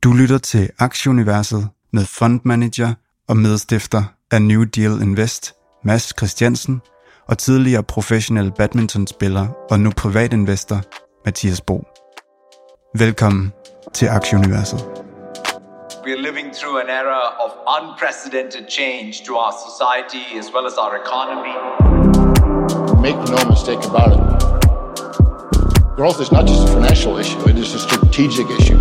Du lytter til Aktieuniverset med fondmanager og medstifter af New Deal Invest, Mads Christiansen, og tidligere professionel badmintonspiller og nu privatinvestor, Mathias Bo. Velkommen til Aktieuniverset. We are living through an era of unprecedented change to our society as well as our economy. Make no mistake about it. Growth is not just a financial issue, it is a strategic issue.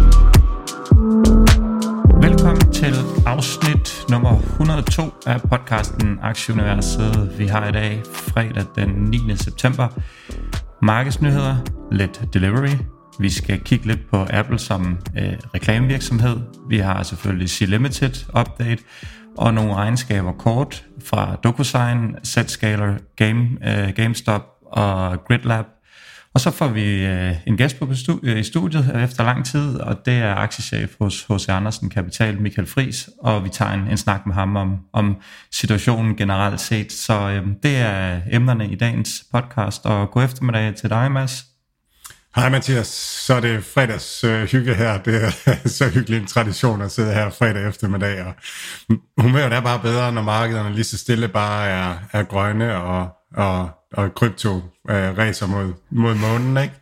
Velkommen til afsnit nummer 102 af podcasten Aktieuniverset. Vi har i dag fredag den 9. september. Markedsnyheder, lidt delivery. Vi skal kigge lidt på Apple som reklamevirksomhed. Vi har selvfølgelig C-Limited update og nogle regnskaber kort fra DocuSign, Zscaler, GameStop og GridLab. Og så får vi en gæst på i studiet efter lang tid, og det er aktiechef hos H.C. Andersen Kapital, Michael Friis, og vi tager en snak med ham om situationen generelt set. Så det er emnerne i dagens podcast, og god eftermiddag til dig, Mads. Hej Mathias, så er det fredags hygge her. Det er så hyggelig en tradition at sidde her fredag eftermiddag, og humøret er bare bedre, når markederne lige så stille bare er grønne, og krypto racer mod månen, ikke?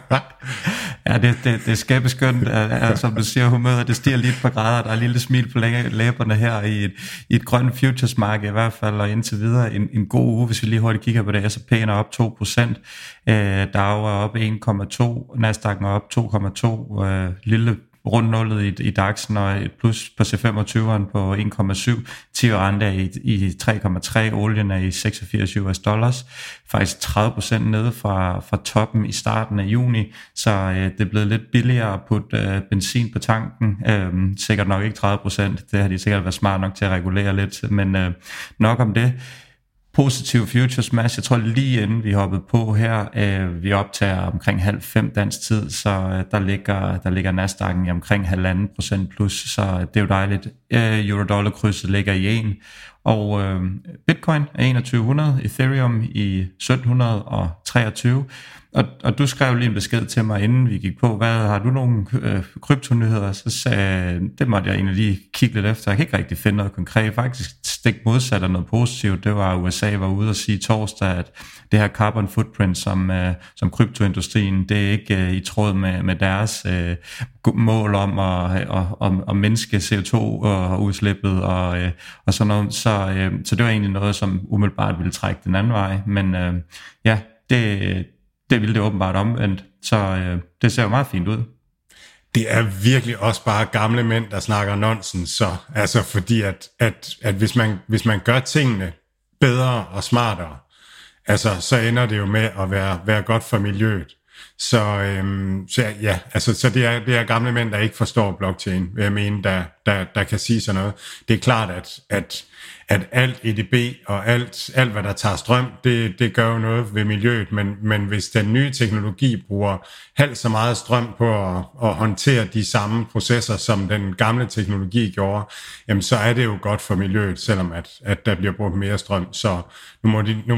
Ja, det er skæbeskønt, som du siger, humøret, det stiger lige et par grader, der er et lille smil på læberne her i et grønt futures-marked i hvert fald, og indtil videre en god uge, hvis vi lige hurtigt kigger på det, så pæner op 2%, Dow er op 1,2%, Nasdaq er op 2,2%, lille rundt nullet i DAX'en og et plus på C25'eren på 1,7, 10 rente i 3,3, olien er i 86 US dollars, faktisk 30% nede fra toppen i starten af juni, så det er blevet lidt billigere at putte benzin på tanken, sikkert nok ikke 30%, det har de sikkert været smart nok til at regulere lidt, men nok om det. Positiv futures match. Jeg tror lige inden vi hoppede på her, vi optager omkring 4:30 dansk tid, så der ligger Nasdaq'en i omkring 1,5% plus, så det er jo dejligt. Euro-dollar krydset ligger i 1, og Bitcoin er 2100, Ethereum i 1723, og du skrev lige en besked til mig, inden vi gik på, har du nogle kryptonyheder? Så sagde det måtte jeg egentlig lige kigge lidt efter. Jeg kan ikke rigtig finde noget konkret. Faktisk stik modsat af noget positivt. Det var, USA var ude og sige torsdag, at det her carbon footprint, som kryptoindustrien, det er ikke i tråd med deres mål om at mindske CO2-udslippet og sådan noget. Så det var egentlig noget, som umiddelbart ville trække den anden vej. Men det ville det åbenbart omvendt, så det ser jo meget fint ud. Det er virkelig også bare gamle mænd, der snakker nonsens, så altså fordi at hvis man gør tingene bedre og smartere, altså så ender det jo med at være godt for miljøet. Så det er gamle mænd, der ikke forstår blockchain, vil jeg mene, der kan sige sådan noget. Det er klart, at alt EDB og alt hvad der tager strøm, det gør jo noget ved miljøet, men hvis den nye teknologi bruger halvt så meget strøm på at håndtere de samme processer, som den gamle teknologi gjorde, jamen så er det jo godt for miljøet, selvom at der bliver brugt mere strøm. Så nu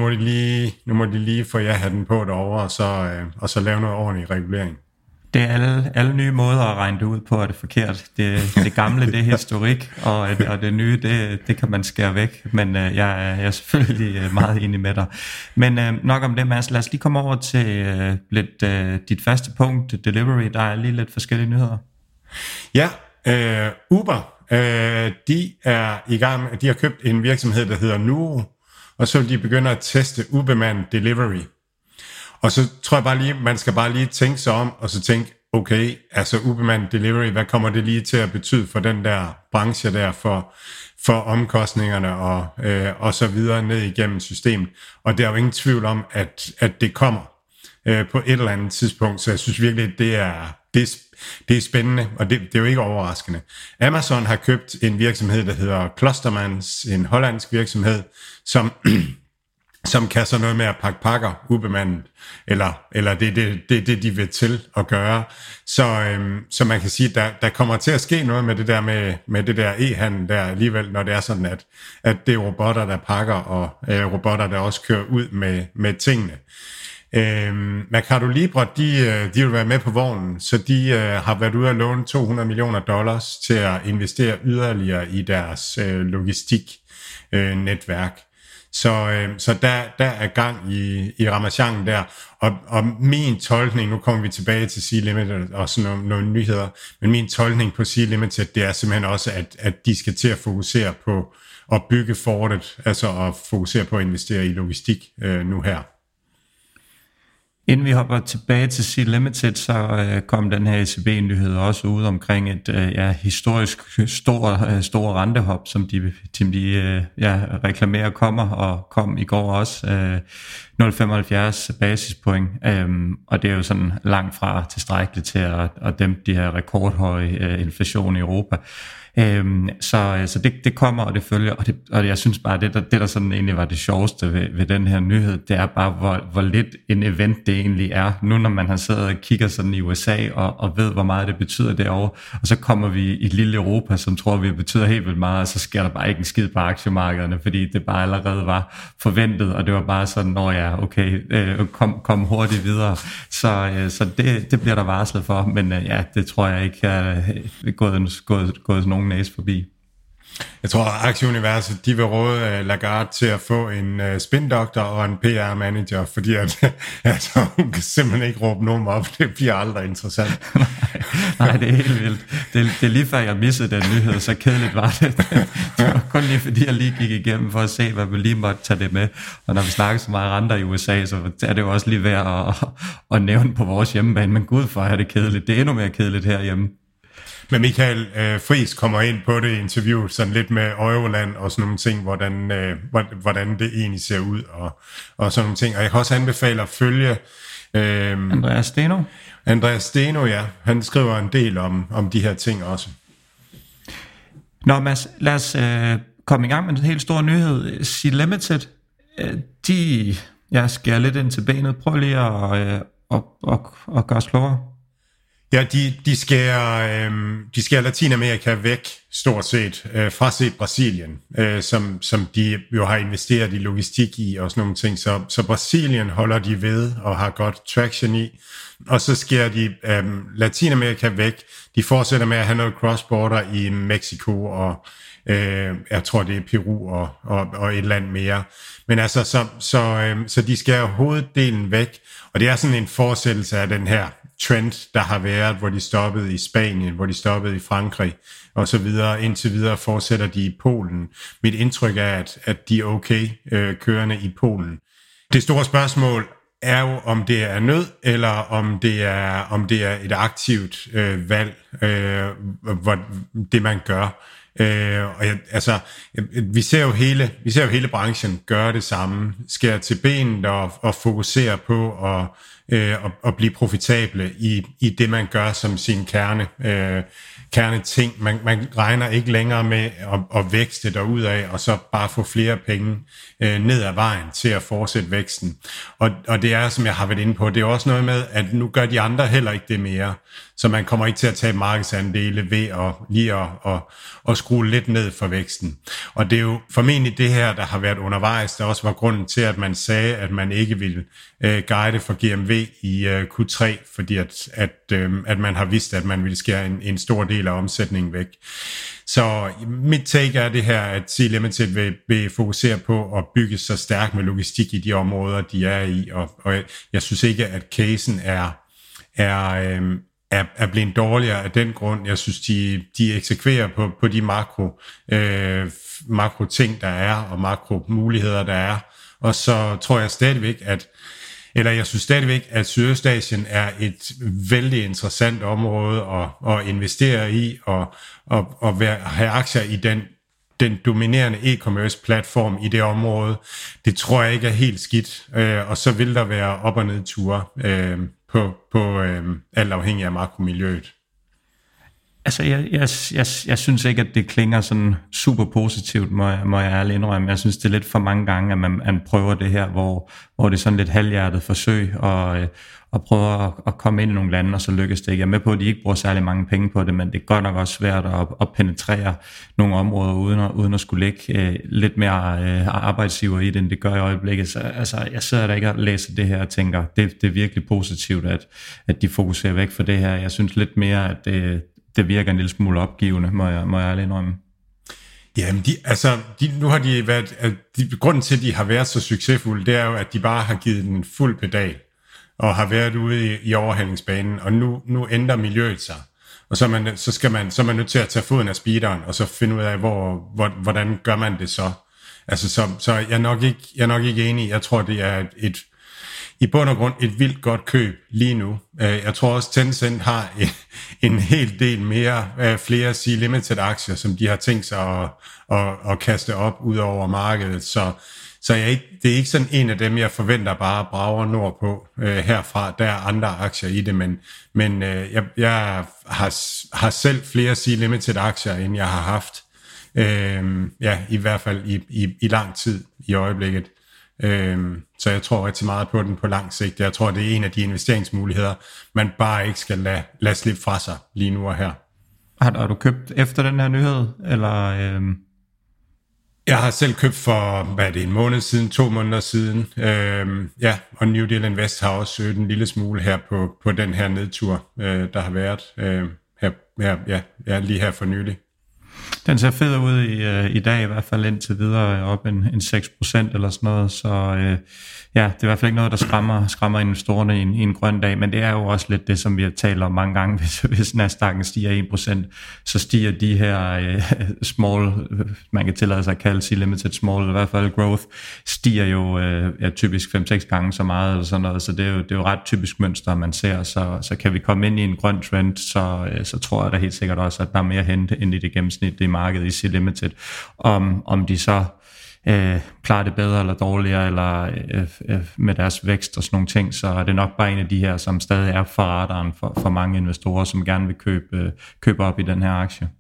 må de lige få den på derovre, og så lave noget ordentlig regulering. Det er alle nye måder at regne det ud på, er det forkert. Det gamle, det er historik, og det nye, det kan man skære væk. Men jeg er selvfølgelig meget enig med dig. Men nok om det, Mads. Lad os lige komme over til lidt dit første punkt, delivery. Der er lige lidt forskellige nyheder. Ja, Uber, de er i gang. De har købt en virksomhed, der hedder Nuro, og så vil de begynde at teste ubemandet delivery. Og så tror jeg bare lige, man skal bare lige tænke sig om, og så tænke, okay, altså ubemandet delivery, hvad kommer det lige til at betyde for den der branche der, for omkostningerne og så videre ned igennem systemet. Og der er jo ingen tvivl om, at det kommer på et eller andet tidspunkt, så jeg synes virkelig, det er spændende, og det er jo ikke overraskende. Amazon har købt en virksomhed, der hedder Clustermans, en hollandsk virksomhed, som kan så noget med at pakke pakker ubemandet, eller det er det, de vil til at gøre. Så man kan sige, at der kommer til at ske noget med det der med det der e-handel der alligevel, når det er sådan, at det er robotter, der pakker, og robotter, der også kører ud med tingene. Mercado Libre, de vil være med på vognen, så de har været ude at låne $200 million til at investere yderligere i deres logistiknetværk. Så der er gang i Ramachan der, og min tolkning, nu kommer vi tilbage til Sea Limited og sådan nogle nyheder, men min tolkning på Sea Limited, det er simpelthen også, at de skal til at fokusere på at bygge fortet, altså at fokusere på at investere i logistik nu her. Inden vi hopper tilbage til Sea Limited, så kom den her ECB-nyhed også ud omkring et historisk stor rentehop, som de reklamerer kommer, og kom i går også 0,75 basispoint, og det er jo sådan langt fra tilstrækkeligt til at dæmpe de her rekordhøje inflation i Europa. Så det kommer, og det følger, og jeg synes bare, det der sådan egentlig var det sjoveste ved den her nyhed, det er bare, hvor lidt en event det egentlig er. Nu når man har siddet og kigger sådan i USA, og ved, hvor meget det betyder derovre, og så kommer vi i et lille Europa, som tror vi betyder helt vildt meget, og så sker der bare ikke en skid på aktiemarkederne, fordi det bare allerede var forventet, og det var bare sådan, kom hurtigt videre. Så det bliver der varslet for, men det tror jeg ikke er gået nogen næse forbi. Jeg tror, at aktieuniverset, de vil råde Lagarde til at få en spindoktor og en PR-manager, fordi at hun kan simpelthen ikke råbe nogen op. Det bliver aldrig interessant. Nej, det er helt vildt. Det er lige før jeg missede den nyhed, så kedeligt var det. Det var kun lige fordi, jeg lige gik igennem for at se, hvad vi lige måtte tage det med. Og når vi snakker så meget renter i USA, så er det jo også lige værd at nævne på vores hjemmebane. Men gud for, er det kedeligt. Det er endnu mere kedeligt herhjemme. Men Michael Friis kommer ind på det interview, sådan lidt med Euroland og sådan nogle ting, hvordan det egentlig ser ud og sådan nogle ting. Og jeg kan også anbefale at følge Andreas Steno, ja. Han skriver en del om de her ting også. Nå, Mads, lad os komme i gang med en helt stor nyhed. Sea Limited, jeg skærer lidt ind til benet. Prøv lige at gøre os klogere. Ja, de skærer Latinamerika væk, stort set, fra set Brasilien, som de jo har investeret i logistik i og sådan nogle ting. Så Brasilien holder de ved og har godt traction i, og så skærer de Latinamerika væk. De fortsætter med at have noget cross-border i Mexico og jeg tror det er Peru og et land mere. Men altså, så de skærer hoveddelen væk, og det er sådan en fortsættelse af den her trend, der har været, hvor de stoppede i Spanien, hvor de stoppede i Frankrig, og så videre. Indtil videre fortsætter de i Polen. Mit indtryk er, at de er okay kørende i Polen. Det store spørgsmål er jo, om det er nød, eller om det er et aktivt valg, det man gør. Vi ser jo hele branchen gøre det samme, skære til benet og fokusere på at blive profitable i det man gør som sin kerneting. Man regner ikke længere med at vækste derudad og så bare få flere penge ned ad vejen til at fortsætte væksten. Og det er, som jeg har været inde på, det er også noget med, at nu gør de andre heller ikke det mere. Så man kommer ikke til at tage markedsandele ved at skrue lidt ned for væksten. Og det er jo formentlig det her, der har været undervejs, der også var grunden til, at man sagde, at man ikke ville guide for GMV i Q3, fordi at man har vidst, at man ville skære en stor del af omsætningen væk. Så mit take er det her, at Sea Limited vil fokusere på at bygge sig stærkt med logistik i de områder, de er i, og jeg synes ikke, at casen er blevet dårligere af den grund. Jeg synes, de eksekverer på de makro ting, der er, og makro muligheder, der er. Og så tror jeg stadigvæk, jeg synes stadigvæk, at Sydøstasien er et vældig interessant område at investere i, og have aktier i den dominerende e-commerce platform i det område. Det tror jeg ikke er helt skidt, og så vil der være op- og nedture på alt afhængig af makromiljøet. Altså, jeg synes ikke, at det klinger sådan super positivt, må jeg ærligt indrømme. Jeg synes, det er lidt for mange gange, at man prøver det her, hvor det er sådan lidt halvhjertet forsøg, og prøver at komme ind i nogle lande, og så lykkes det ikke. Jeg er med på, at de ikke bruger særlig mange penge på det, men det er godt nok også svært at penetrere nogle områder, uden at skulle lægge lidt mere arbejdsgiver i det, end det gør i øjeblikket. Så altså, jeg sidder der ikke og læser det her og tænker, det er virkelig positivt, at de fokuserer væk fra det her. Jeg synes lidt mere, at det virker en lille smule opgivende, må jeg ærligt indrømme. Jamen, nu har de været... grunden til, at de har været så succesfulde, det er jo, at de bare har givet den fuld pedal, og har været ude i overhalingsbanen, og nu ændrer miljøet sig. Og så er man nødt til at tage foden af speederen, og så finde ud af, hvordan gør man det så. Altså, så jeg er nok ikke enig. Jeg tror, det er i bund og grund et vildt godt køb lige nu. Jeg tror også, Tencent har en hel del flere C-Limited-aktier, som de har tænkt sig at kaste op ud over markedet. Så det er ikke sådan en af dem, jeg forventer bare brager nordpå herfra. Der er andre aktier i det, men jeg har selv flere C-Limited-aktier, end jeg har haft. I hvert fald i lang tid i øjeblikket. Så jeg tror rigtig meget på den på lang sigt. Jeg tror, det er en af de investeringsmuligheder, man bare ikke skal lade slippe fra sig lige nu og her. Har du købt efter den her nyhed? Eller, Jeg har selv købt for, en måned siden, 2 måneder siden. Og New Deal Invest har også søgt en lille smule her på den her nedtur, der har været lige her for nylig. Den ser fed ud i dag, i hvert fald indtil videre op en 6% eller sådan noget, så det er i hvert fald ikke noget, der skræmmer investorerne i en grøn dag, men det er jo også lidt det, som vi har talt om mange gange. Hvis Nasdaq'en stiger 1%, så stiger de her small, man kan tillade sig at kalde C-Limited small, i hvert fald growth, stiger jo typisk 5-6 gange så meget eller sådan noget, så det er jo ret typisk mønster, man ser, så kan vi komme ind i en grøn trend, så tror jeg da helt sikkert også, at der er mere hente end i det gennemsnitlige marked i C-Limited. Om de så klarer det bedre eller dårligere, eller med deres vækst og sådan nogle ting, så er det nok bare en af de her, som stadig er for radaren for mange investorer, som gerne vil købe op i den her aktie.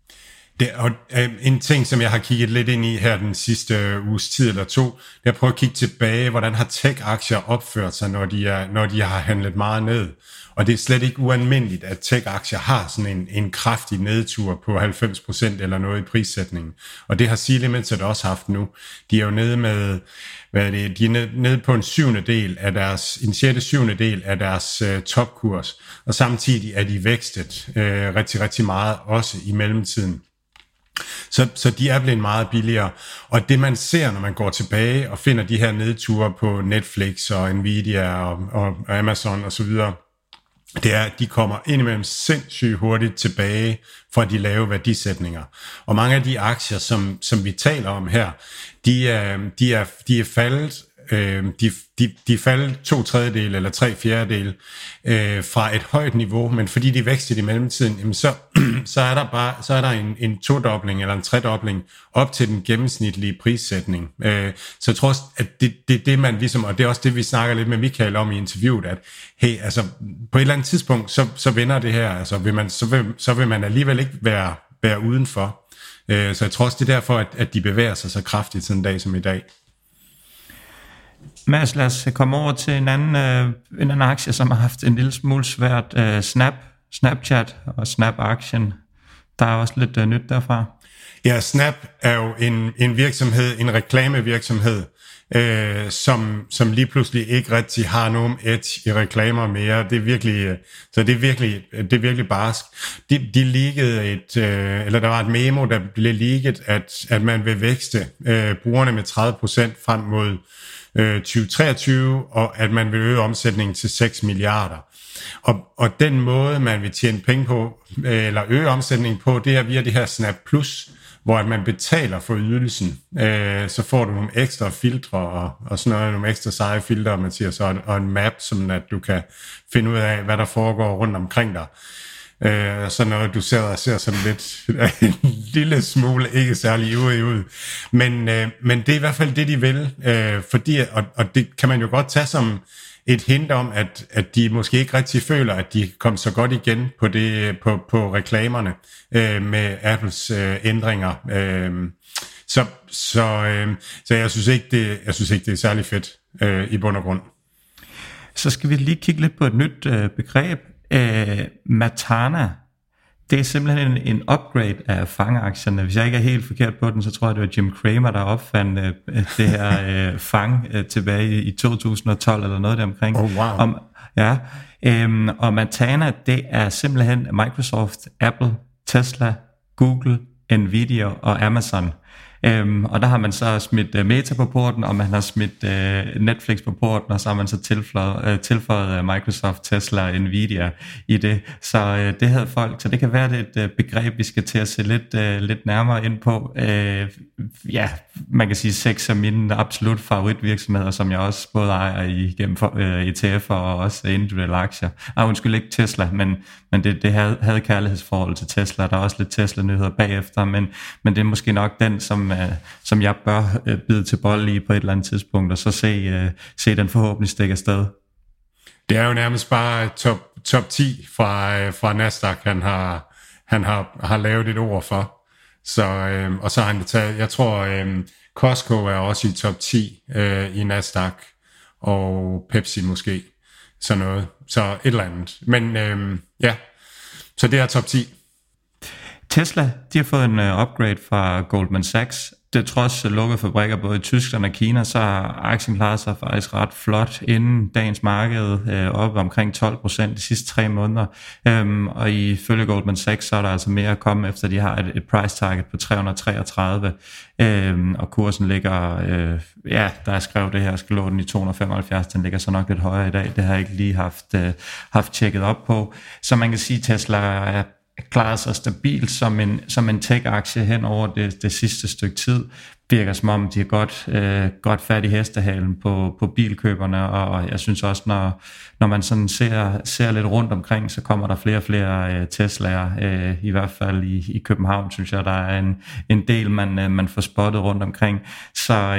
En ting, som jeg har kigget lidt ind i her den sidste uges tid eller 2, det er at prøve at kigge tilbage, hvordan har tech-aktier opført sig, når de har handlet meget ned. Og det er slet ikke ualmindeligt, at tech-aktier har sådan en kraftig nedtur på 90% eller noget i prissætningen. Og det har C-Limited også haft nu. De er jo nede med, de er nede på en 6/7 af deres topkurs. Og samtidig er de vækstet rigtig, rigtig meget, også i mellemtiden. Så de er blevet meget billigere. Og det man ser, når man går tilbage og finder de her nedture på Netflix og Nvidia og Amazon og så videre, det er, at de kommer indimellem sindssygt hurtigt tilbage fra de lave værdisætninger. Og mange af de aktier, som vi taler om her, de er faldet. De er faldet 2/3 eller 3/4 fra et højt niveau, men fordi de vækstede i mellemtiden, jamen så er der en todobling eller en tredobling op til den gennemsnitlige prissætning. Så jeg tror også, at det man ligesom, og det er også det, vi snakker lidt med Michael om i interviewet, at hey, altså på et eller andet tidspunkt, så vender det her, altså så vil man alligevel ikke være udenfor. Så jeg tror også, det er derfor, at de bevæger sig så kraftigt sådan en dag som i dag. Mads, lad os komme over til en anden aktie, som har haft en lille smule svært. Snapchat og Snap-aktien. Der er også lidt nyt derfra. Ja, Snap er jo en virksomhed, en reklamevirksomhed, som lige pludselig ikke rigtig har nogen edge i reklamer mere. Det er virkelig barsk. De leakede eller der var et memo, der blev leaget, at man vil vækste brugerne med 30% frem mod 2023, og at man vil øge omsætningen til 6 milliarder. Og den måde, man vil tjene penge på, eller øge omsætningen på, det er via det her Snap Plus, hvor at man betaler for ydelsen. Så får du nogle ekstra filtre og sådan noget, nogle ekstra seje filtre, Mathias, og en map, sådan at du kan finde ud af, hvad der foregår rundt omkring dig. Sådan noget, du ser sådan lidt en lille smule ikke særlig ivrig ud. Men det er i hvert fald det, de vil. Fordi, og det kan man jo godt tage som et hint om, at de måske ikke rigtig føler, at de kom så godt igen på reklamerne med Apples ændringer. Så jeg synes ikke, det er særlig fedt i bund og grund. Så skal vi lige kigge lidt på et nyt begreb. Matana. Det er simpelthen en upgrade af fangeaktierne. Hvis jeg ikke er helt forkert på den, så tror jeg, det var Jim Cramer, der opfandt det her fang tilbage i 2012 eller noget deromkring. Oh, wow. Og Matana, det er simpelthen Microsoft, Apple, Tesla, Google, Nvidia og Amazon. Og der har man så smidt Meta på porten, og man har smidt Netflix på porten, og så har man så tilføjet Microsoft, Tesla og Nvidia i det. Så det havde folk, så det kan være det et begreb, vi skal til at se lidt nærmere ind på. Ja, man kan sige 6 af mine absolut favoritvirksomheder, som jeg også både ejer igennem ETF'er og også individuelle aktier. Undskyld, ikke Tesla, men det havde kærlighedsforhold til Tesla. Der er også lidt Tesla-nyheder bagefter, men det er måske nok den, som jeg bør bide til bold i på et eller andet tidspunkt, og så se den forhåbentlig stikke afsted. Det er jo nærmest bare top 10 fra Nasdaq, han har lavet et ord for. Så, og så har han det taget, jeg tror Costco er også i top 10 i Nasdaq, og Pepsi måske, sådan noget. Så et eller andet. Men ja, så det er top 10. Tesla, de har fået en upgrade fra Goldman Sachs. Det trods lukkede fabrikker både i Tyskland og Kina, så har aktien klaret sig faktisk ret flot inden dagens marked, op omkring 12% de sidste 3 måneder. Og ifølge Goldman Sachs, så er der altså mere at komme efter, de har et price target på 333, og kursen ligger, der er skrevet det her, skal lå den i 275, den ligger så nok lidt højere i dag. Det har jeg ikke lige haft tjekket op på. Så man kan sige, at Tesla er klarer sig stabilt som en tech-aktie hen over det sidste stykke tid. Virker som om, de har godt fat i hestehalen på bilkøberne, og jeg synes også, når man sådan ser lidt rundt omkring, så kommer der flere og flere Tesla'er, i hvert fald i København, synes jeg, der er en del, man får spottet rundt omkring. Så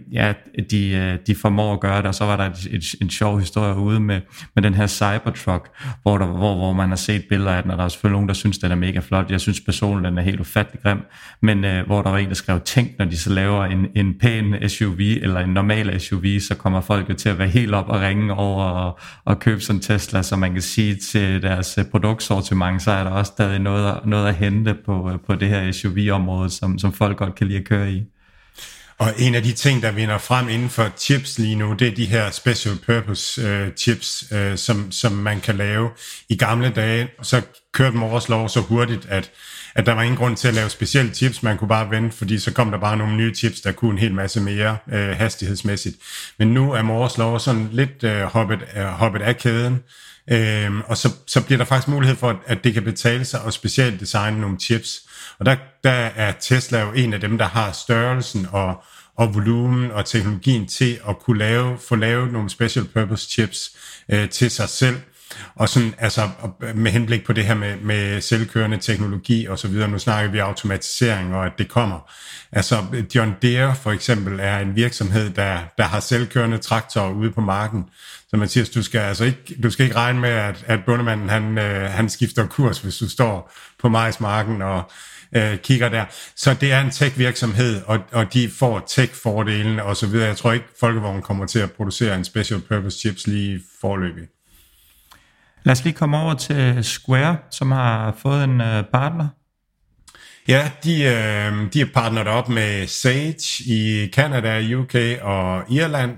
de formår at gøre det, og så var der en sjov historie ude med den her Cybertruck, hvor man har set billeder af den, og der er selvfølgelig nogen, der synes, den er mega flot. Jeg synes personligt, den er helt ufattelig grim, men hvor der var en, der skrev, tænk, når de så laver en pæn SUV eller en normal SUV, så kommer folk jo til at være helt op og ringe over og købe sådan en Tesla, så man kan sige til deres produktsortiment, så er der også stadig noget at hente på det her SUV-område, som folk godt kan lide at køre i. Og en af de ting, der vinder frem inden for chips lige nu, det er de her special purpose chips, som man kan lave. I gamle dage, så kørte Moores lov så hurtigt, at der var ingen grund til at lave specielle chips, man kunne bare vente, fordi så kom der bare nogle nye chips, der kunne en hel masse mere hastighedsmæssigt. Men nu er Moores lov sådan lidt hoppet af kæden, og så bliver der faktisk mulighed for, at det kan betale sig og specielt designe nogle chips. Og der er Tesla jo en af dem, der har størrelsen og volumen og teknologien til at kunne få lavet nogle special purpose chips til sig selv. Og sådan, altså med henblik på det her med selvkørende teknologi og så videre. Nu snakker vi automatisering og at det kommer. Altså John Deere for eksempel er en virksomhed, der har selvkørende traktorer ude på marken. Så man siger, du skal ikke regne med, at bondemanden han skifter kurs, hvis du står på majsmarken og kigger der. Så det er en tech-virksomhed, og de får tech-fordelen og så videre. Jeg tror ikke, Folkevogn kommer til at producere en special purpose chips lige foreløbig. Lad os lige komme over til Square, som har fået en partner. Ja, de er partneret op med Sage i Canada, UK og Irland.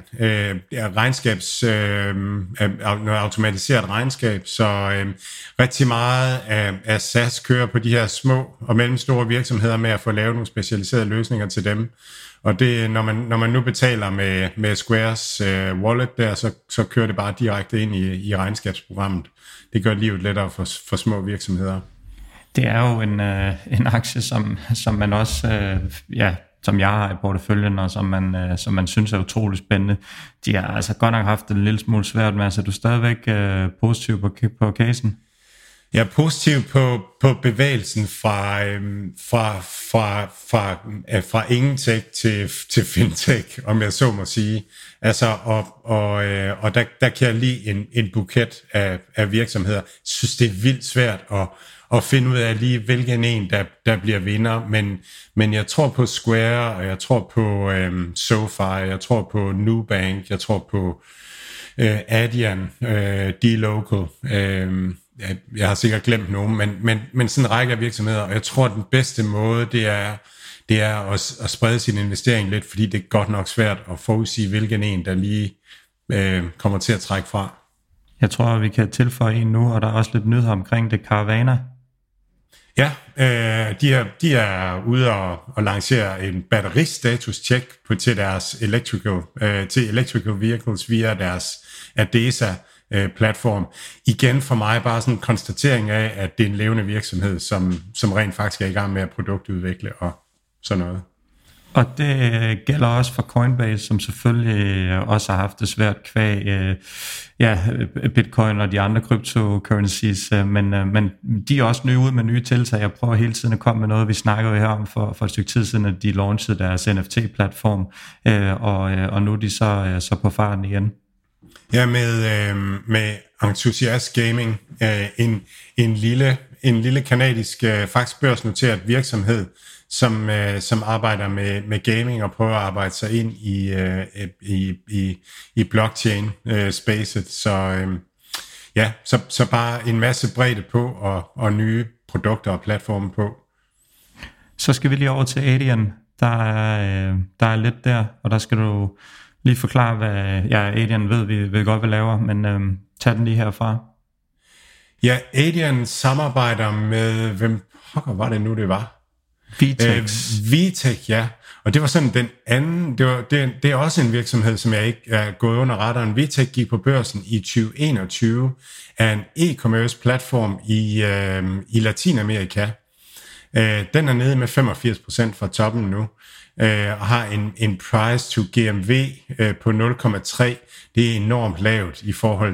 Noget automatiseret regnskab, så rigtig meget af SaaS kører på de her små og mellemstore virksomheder med at få lavet nogle specialiserede løsninger til dem. Og det, når man nu betaler med Squares wallet der, så kører det bare direkte ind i regnskabsprogrammet. Det gør livet lettere for små virksomheder. Det er jo en aktie, som man også, som jeg har i porteføljen, og som man synes er utrolig spændende. De har altså godt nok haft en lille smule svært med, så du er stadigvæk positiv på casen? Jeg er positiv på bevægelsen fra ingen-tech til fintech, om jeg så må sige. Altså, og der kan jeg lide en buket af virksomheder. Jeg synes, det er vildt svært at finde ud af lige, hvilken en, der bliver vinder. Men jeg tror på Square, og jeg tror på SoFi, jeg tror på Nubank, jeg tror på Adyen, dLocal. Jeg har sikkert glemt nogen, men sådan en række af virksomheder, og jeg tror, at den bedste måde, det er at sprede sin investering lidt, fordi det er godt nok svært at forudsige, hvilken en, der lige kommer til at trække fra. Jeg tror, vi kan tilføje en nu, og der er også lidt nyheder omkring det, Carvana. Ja, de er ude og lancere en batteristatus-check til deres electrical vehicles via deres ADESA-platform. Igen for mig bare sådan en konstatering af, at det er en levende virksomhed, som rent faktisk er i gang med at produktudvikle og sådan noget. Og det gælder også for Coinbase, som selvfølgelig også har haft det svært kvæg Bitcoin og de andre cryptocurrencies, men de er også nye ude med nye tiltag. Jeg prøver hele tiden at komme med noget, vi snakker jo her om for et stykke tid siden, at de launchede deres NFT-platform, og nu er de så på farten igen. Ja, med Enthusiast Gaming, en lille kanadisk, faktisk børsnoteret virksomhed, som arbejder med gaming og prøver at arbejde sig ind i blockchain-spacet. Så bare en masse bredde på og nye produkter og platforme på. Så skal vi lige over til Adyen. Der er lidt der, og der skal du lige forklare, hvad Adyen ved, vi godt vil lave, men tag den lige herfra. Ja, Adyen samarbejder med, hvem pokker var det nu, det var? VTech, ja. Og det var sådan den anden, det er også en virksomhed, som jeg ikke er gået under radaren. VTech gik på børsen i 2021 af en e-commerce platform i Latinamerika. Den er nede med 85% fra toppen nu, og har en price to GMV på 0,3. Det er enormt lavt i forhold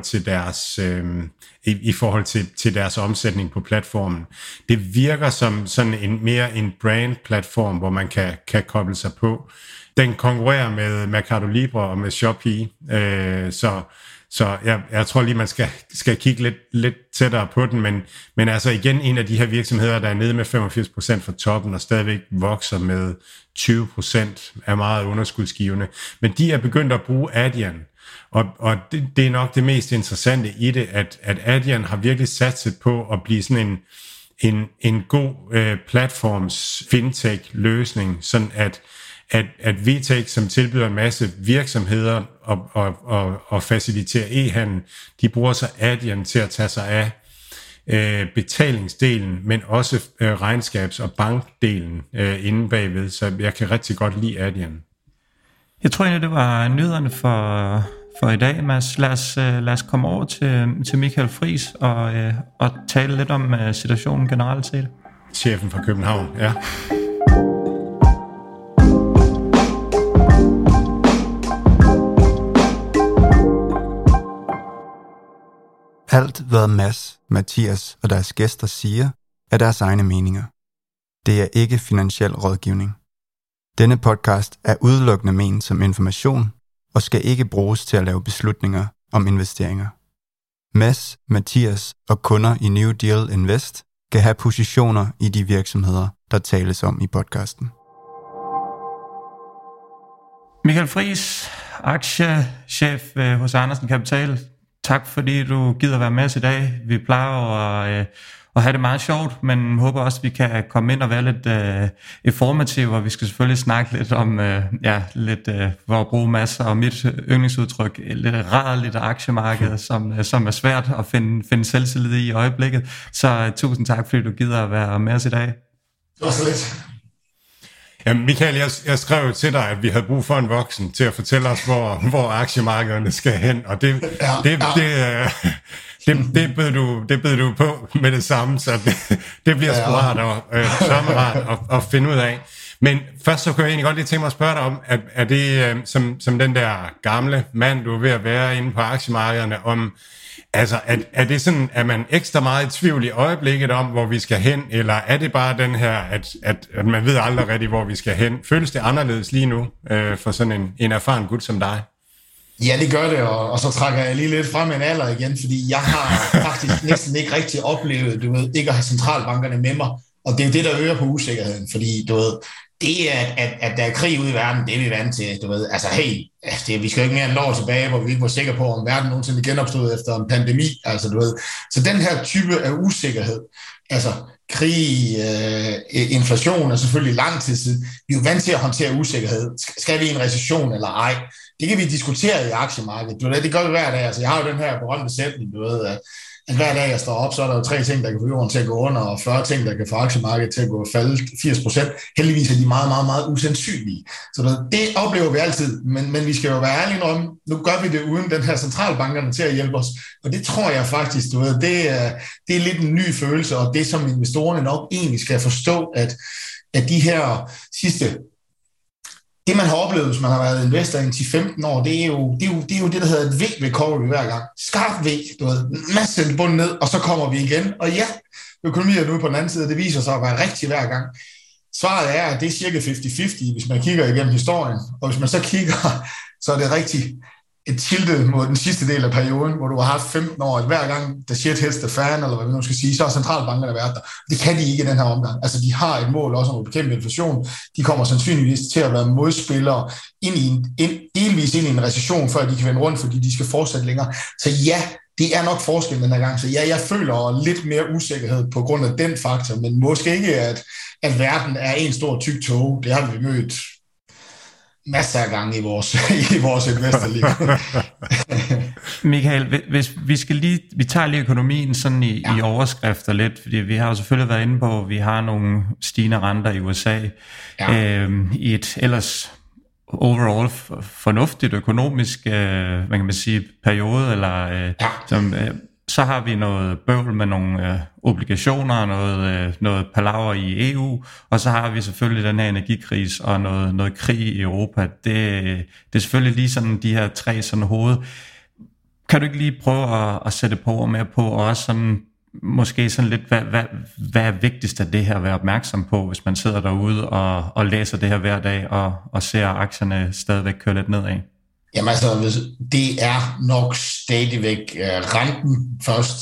til deres omsætning på platformen. Det virker som sådan mere en brand-platform, hvor man kan koble sig på. Den konkurrerer med Mercado Libre og med Shopee, så jeg tror lige, man skal kigge lidt tættere på den, men altså igen en af de her virksomheder, der er nede med 85% fra toppen og stadigvæk vokser med 20%, er meget underskudsgivende. Men de er begyndt at bruge Adyen, og det er nok det mest interessante i det, at Adyen har virkelig satset på at blive sådan en god platforms fintech-løsning, sådan at VTech, som tilbyder en masse virksomheder og faciliterer e-handel, de bruger så Adyen til at tage sig af betalingsdelen, men også regnskabs- og bankdelen inde bagved, så jeg kan rigtig godt lide Adyen. Jeg tror egentlig, det var nyhederne for i dag, Mads. Lad os komme over til Michael Friis og tale lidt om situationen generelt set. Chefen fra København, ja. Alt, hvad Mads, Mathias og deres gæster siger, er deres egne meninger. Det er ikke finansiel rådgivning. Denne podcast er udelukkende ment som information og skal ikke bruges til at lave beslutninger om investeringer. Mads, Mathias og kunder i New Deal Invest kan have positioner i de virksomheder, der tales om i podcasten. Michael Friis, aktiechef hos Andersen Kapital. Tak fordi du gider være med os i dag. Vi plejer at have det meget sjovt, men håber også, at vi kan komme ind og være lidt informative, og vi skal selvfølgelig snakke lidt om, hvor at bruge masser og mit yndlingsudtryk, lidt rædderligt aktiemarked, som er svært at finde selvtillid i øjeblikket. Så tusind tak, fordi du gider at være med os i dag. Det var så lidt. Ja, Michael, jeg skrev til dig, at vi havde brug for en voksen til at fortælle os, hvor aktiemarkederne skal hen, og det bed du på med det samme, så det bliver sgu rart at finde ud af. Men først så kunne jeg egentlig godt lige tænke mig at spørge dig om, er det som den der gamle mand, du er ved at være inde på aktiemarkederne, om Altså, er det sådan, at man ekstra meget i tvivl i øjeblikket om, hvor vi skal hen, eller er det bare den her, at man ved aldrig rigtig, hvor vi skal hen? Føles det anderledes lige nu for sådan en erfaren gut som dig? Ja, det gør det, og så trækker jeg lige lidt frem en alder igen, fordi jeg har faktisk næsten ikke rigtig oplevet, ikke at have centralbankerne med mig, og det er jo det, der øger på usikkerheden, fordi det at der er krig ude i verden, det er vi vant til, altså hey, vi skal jo ikke mere end år tilbage, hvor vi ikke var sikre på, om verden nogensinde genopstod efter en pandemi, altså så den her type af usikkerhed, altså krig, inflation er selvfølgelig lang tid siden, vi er jo vant til at håndtere usikkerhed, skal vi i en recession eller ej, det kan vi diskutere i aktiemarkedet, det gør vi hver dag, altså jeg har jo den her berømte sætning, at hver dag jeg står op, så er der jo 3 ting, der kan få jorden til at gå under, og 40 ting, der kan få aktiemarkedet til at gå falde 80%. Heldigvis er de meget, meget, meget usandsynlige. Så det oplever vi altid, men vi skal jo være ærlige om, nu gør vi det uden den her centralbankerne til at hjælpe os. Og det tror jeg faktisk, det er lidt en ny følelse, og det som investorerne nok egentlig skal forstå, at de her sidste... Det, man har oplevet, hvis man har været investor i 10-15 år, det er jo det, der hedder et V-recovery hver gang. Skarp V, masse bunden ned, og så kommer vi igen. Og ja, økonomien er nu på den anden side, det viser sig at være rigtigt hver gang. Svaret er, at det er cirka 50-50, hvis man kigger igennem historien. Og hvis man så kigger, så er det rigtigt et tiltet mod den sidste del af perioden, hvor du har haft 15 år, at hver gang the shit hits the fan, eller hvad vi nu skal sige, så har centralbankerne været der. Det kan de ikke i den her omgang. Altså, de har et mål også om at bekæmpe inflation. De kommer sandsynligvis til at være modspillere delvis ind i en recession, før de kan vende rundt, fordi de skal fortsætte længere. Så ja, det er nok forskellen den her gang. Så ja, jeg føler lidt mere usikkerhed på grund af den faktor, men måske ikke, at verden er en stor tyk tåge. Det har vi mødt masser af gange i vores investorliv. Michael, hvis vi tager lige økonomien sådan i overskrifter lidt, fordi vi har jo selvfølgelig været inde på, at vi har nogle stigende renter i USA, i et ellers overall fornuftigt økonomisk, hvad kan man sige, periode, eller så har vi noget bøvl med nogle obligationer, noget palaver i EU, og så har vi selvfølgelig den her energikrise og noget krig i Europa. Det er selvfølgelig lige sådan de her 3 sådan hoved. Kan du ikke lige prøve at sætte på og mere på, og også sådan, måske sådan lidt, hvad er vigtigst af det her at være opmærksom på, hvis man sidder derude og læser det her hver dag, og ser aktierne stadigvæk køre lidt nedad? Jamen altså, det er nok stadigvæk renten først.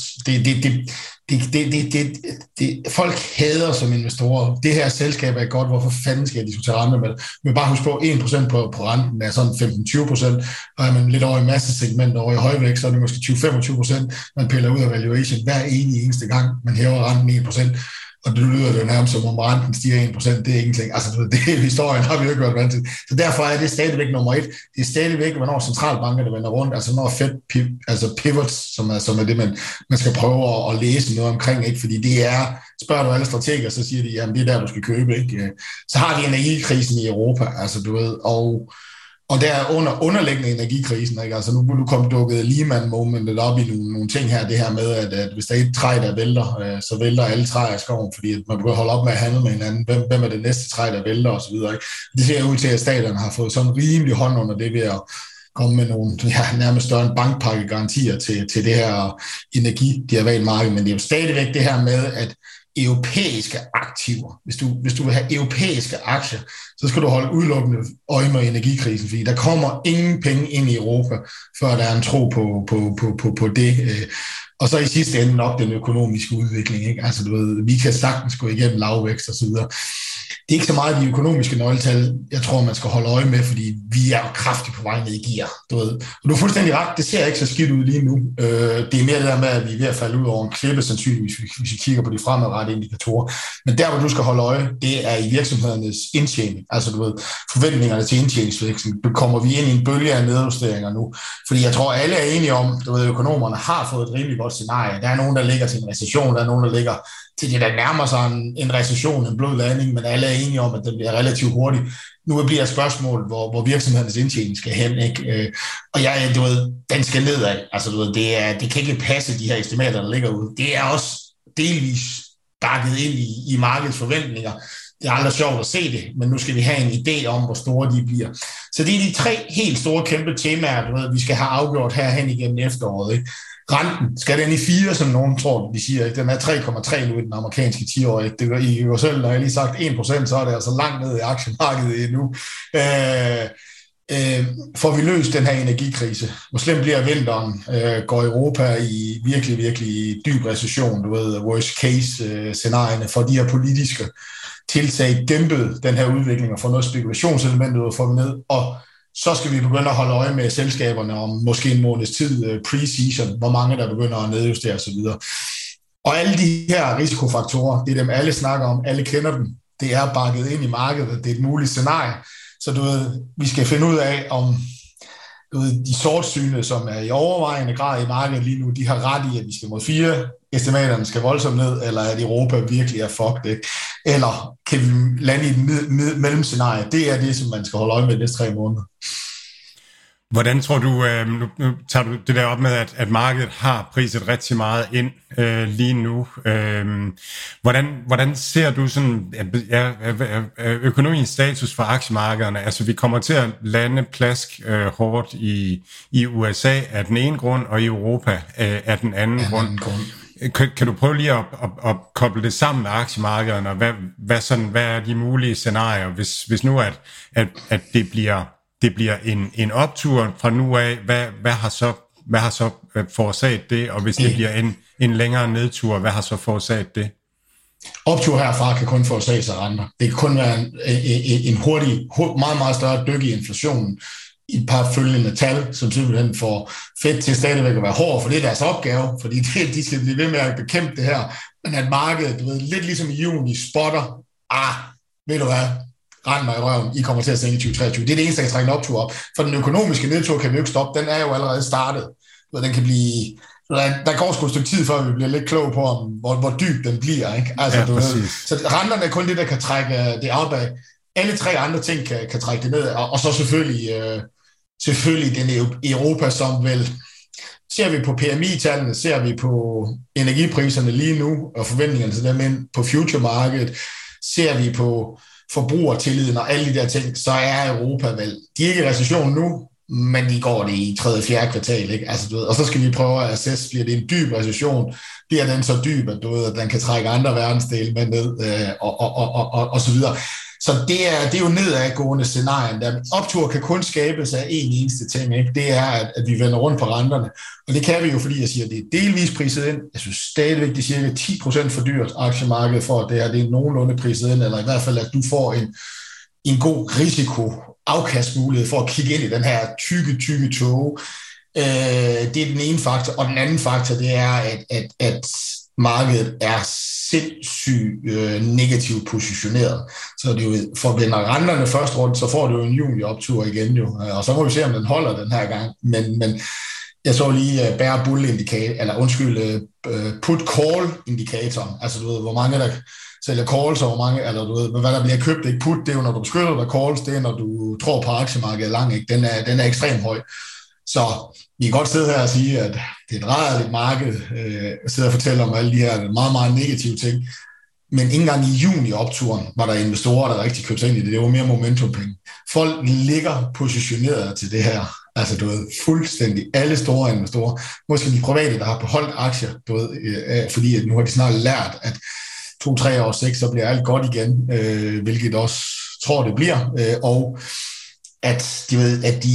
Folk hader som investorer. Det her selskab er godt, hvorfor fanden skal jeg diskutere renter med det? Men bare husk på, 1% på renten er sådan 15-20%, og er man lidt over i massesegment over i højvækst, så er det måske 20-25%, man piller ud af valuation hver eneste gang, man hæver renten 1%. Og det lyder jo nærmest som om renten stiger 1%, det er ingenting. Altså, det er historien, har vi jo ikke været vant til. Så derfor er det stadigvæk nummer 1. Det er stadigvæk, hvornår centralbankerne vender rundt, altså når Fed pivots, som er det, man skal prøve at læse noget omkring, ikke? Fordi det er, spørger du alle strateger, så siger de, jamen det er der, du skal købe, ikke? Så har vi energikrisen i Europa, altså du ved, og der er underliggende energikrisen, ikke? Altså nu kom dukket Lehman-momentet op i nogle ting her, det her med, at hvis der er et træ, der vælter, så vælter alle træer i skoven, fordi man begynder at holde op med at handle med hinanden. Hvem er det næste træ, der vælter, og så videre, ikke? Det ser ud til, at staterne har fået sådan en rimelig hånd under det ved at komme med nogle nærmest større en bankpakke garantier til det her energiderivatmarked, men det er jo stadigvæk det her med, at europæiske aktiver. Hvis du vil have europæiske aktier, så skal du holde udelukkende øje med energikrisen, fordi der kommer ingen penge ind i Europa, før der er en tro på det. Og så i sidste ende nok den økonomiske udvikling, ikke? Altså, du ved, vi kan sagtens gå igennem lavvækst og så videre. Det er ikke så meget de økonomiske nøgletal, jeg tror, man skal holde øje med, fordi vi er kraftigt på vej ned i gear. Du ved. Og du er fuldstændig ret, det ser ikke så skidt ud lige nu. Det er mere det der med, at vi er ved at falde ud over en klippe, sandsynligvis, hvis vi kigger på de fremadrettede indikatorer. Men der, hvor du skal holde øje, det er i virksomhedernes indtjening. Altså, du ved, forventningerne til indtjeningsvæksten. Kommer vi ind i en bølge af nedjusteringer nu? Fordi jeg tror, alle er enige om, du ved, økonomerne har fået et rimelig godt scenarie. Der er nogen, der ligger til en recession, der er nogen, der ligger til det, der nærmer sig en recession, en blød landing, men alle er enige om, at den bliver relativt hurtig. Nu bliver et spørgsmål, hvor virksomhedens indtjening skal hen, ikke? Og du ved, den skal nedad. Altså, du ved, det kan ikke passe, de her estimater, der ligger ude. Det er også delvis bakket ind i markedets forventninger. Det er aldrig sjovt at se det, men nu skal vi have en idé om, hvor store de bliver. Så det er de 3 helt store, kæmpe temaer, du ved, vi skal have afgjort herhen igennem efteråret, ikke? Renten, skal den i 4, som nogen tror, de siger, ikke? Den er 3,3 nu i den amerikanske 10-årige. Det gør I jo selv, når jeg lige sagt 1%, så er det altså langt ned i aktiemarkedet endnu. Får vi løst den her energikrise? Hvor slemt bliver vinteren? Går Europa i virkelig, virkelig dyb recession? Du ved, worst case scenarierne for de her politiske tiltag dæmpet den her udvikling og få noget spekulationselement ud og få vi ned. Og så skal vi begynde at holde øje med selskaberne om måske en måneds tid, pre-season, hvor mange der begynder at nedjustere osv. Og alle de her risikofaktorer, det er dem alle snakker om, alle kender dem. Det er bakket ind i markedet, det er et muligt scenarie. Så du ved, vi skal finde ud af, om de sortsyne, som er i overvejende grad i markedet lige nu, de har ret i, at vi skal mod 4, estimaterne skal voldsomt ned, eller at Europa virkelig er fucked, ikke? Eller kan vi lande i et mellemscenarie? Det er det, som man skal holde øje med de næste 3 måneder. Hvordan tror du, nu tager du det der op med, at markedet har priset rigtig meget ind lige nu. Hvordan ser du sådan økonomisk status for aktiemarkederne? Altså vi kommer til at lande plask hårdt i USA af den ene grund, og i Europa af den anden grund. Kan du prøve lige at koble det sammen med aktiemarkederne, og hvad er de mulige scenarier, hvis nu at det bliver en optur fra nu af, hvad har så forårsaget det, og hvis det bliver en længere nedtur, hvad har så forårsaget det? Optur herfra kan kun forårsage sig renter. Det kan kun være en hurtig, meget, meget større dyk i inflationen i et par følgende tal, som simpelthen får Fed til stadigvæk at være hård, for det er deres opgave, fordi de skal blive ved med at bekæmpe det her. Men at markedet, du ved, lidt ligesom i juni, spotter, ved du hvad, rend mig i røven, I kommer til at sænke i 2023. Det er det eneste, der kan trække en optur op. For den økonomiske nedtur kan vi jo ikke stoppe. Den er jo allerede startet. Den kan blive... Der går sgu et stykke tid, før vi bliver lidt kloge på, hvor dyb den bliver. Ikke? Altså, ja, så renterne er kun det, der kan trække det opad. Alle 3 andre ting kan trække det ned. Og så selvfølgelig den Europa, som vel... Ser vi på PMI-tallene, ser vi på energipriserne lige nu, og forventningerne til dem ind på future-markedet, ser vi på forbrugertilliden og alle de der ting, så er Europa vel... De er ikke i recession nu, men de går det i 3. og 4. kvartal, ikke? Altså, du ved, og så skal vi prøve at assess, bliver det en dyb recession, bliver den så dyb, at, du ved, at den kan trække andre verdensdele med ned, og så videre. Så det er jo nedadgående scenarien. Der optur kan kun skabes af en eneste ting, ikke? Det er, at vi vender rundt på renterne. Og det kan vi jo, fordi jeg siger, at det er delvis priset ind. Jeg synes stadigvæk, det er cirka 10% for dyrt aktiemarkedet for, at det her det er nogenlunde priset ind, eller i hvert fald, at du får en god risiko-afkastmulighed for at kigge ind i den her tykke tåge. Det er den ene faktor. Og den anden faktor, det er, at markedet er sindssygt negativt positioneret. Så det jo, for vender renterne først rundt, så får du jo en juni-optur igen jo. Og så må vi se, om den holder den her gang. Men jeg så lige bear bull indikator, eller put call indikator. Altså du ved, hvor mange der sælger calls, og hvor mange, eller du ved, hvad der bliver købt. Ikke put, det er jo, når du beskytter dig, calls, det er, når du tror på aktiemarkedet lang, ikke? Den er ekstremt høj. Så vi kan godt sidde her og sige, at det er et rædderligt marked, sidder og fortæller om alle de her meget, meget negative ting. Men ikke engang i juni-opturen var der investorer, der rigtig købte sig ind i det. Det var mere momentumpenge. Folk ligger positioneret til det her. Altså, du ved, fuldstændig alle store investorer. Måske de private, der har beholdt aktier, du ved, fordi at nu har de snart lært, at 2-3 år 6, så bliver alt godt igen, hvilket også tror, det bliver. Og at de ved, at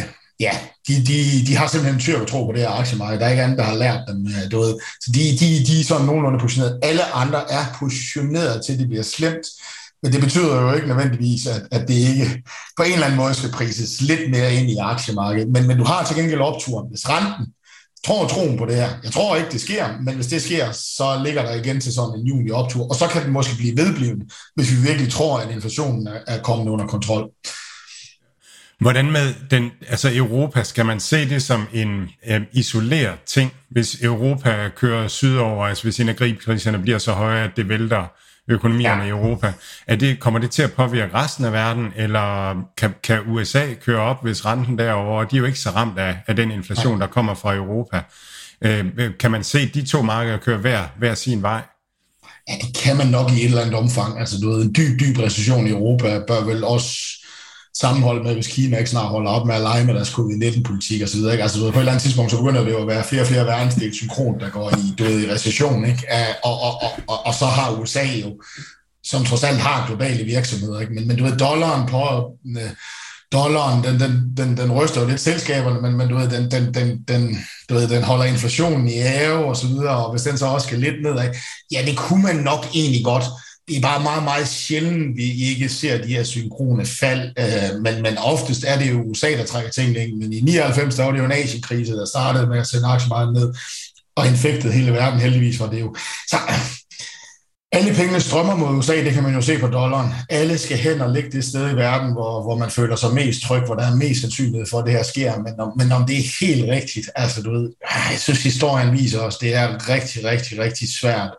de har simpelthen en tyrk at tro på det her aktiemarked. Der er ikke andet, der har lært dem. Du ved. Så de er sådan nogenlunde positioneret. Alle andre er positioneret til, at det bliver slemt. Men det betyder jo ikke nødvendigvis, at det ikke på en eller anden måde skal prises lidt mere ind i aktiemarkedet. Men du har til gengæld opturen. Hvis renten troen på det her. Jeg tror ikke, det sker, men hvis det sker, så ligger der igen til sådan en juni optur. Og så kan den måske blive vedblivende, hvis vi virkelig tror, at inflationen er kommet under kontrol. Hvordan med Europa, skal man se det som en isoleret ting, hvis Europa kører sydover, altså hvis energipriserne bliver så høje, at det vælter økonomierne i Europa? Kommer det til at påvirke resten af verden, eller kan USA køre op, hvis renten derovre? De er jo ikke så ramt af den inflation, der kommer fra Europa. Kan man se de 2 markeder køre hver sin vej? Ja, det kan man nok i et eller andet omfang. Altså, du ved, en dyb recession i Europa bør vel også sammenhold med, hvis Kina ikke snart holder op med at lege med deres covid-19-politik osv. Altså på et eller andet tidspunkt, så begynder det jo at være flere og flere verdensdele synkron, der går i recession, ikke? Og så har USA jo, som trods alt har globale virksomheder, ikke? Men du ved, dollaren, den ryster jo lidt selskaberne, men du ved, den holder inflationen i ave og så videre, og hvis den så også skal lidt nedad, ja, det kunne man nok egentlig godt. Det er bare meget, meget sjældent, vi ikke ser de her synkrone fald, men oftest er det jo USA, der trækker tingene ind. Men i 99, der var det jo en Asienkrise, der startede med at sende aktiemarkedet ned, og infektede hele verden, heldigvis var det jo. Så alle pengene strømmer mod USA, det kan man jo se på dollaren. Alle skal hen og ligge det sted i verden, hvor man føler sig mest tryg, hvor der er mest sandsynlighed for, at det her sker. Men om det er helt rigtigt, altså du ved, jeg synes historien viser os, det er rigtig, rigtig, rigtig svært,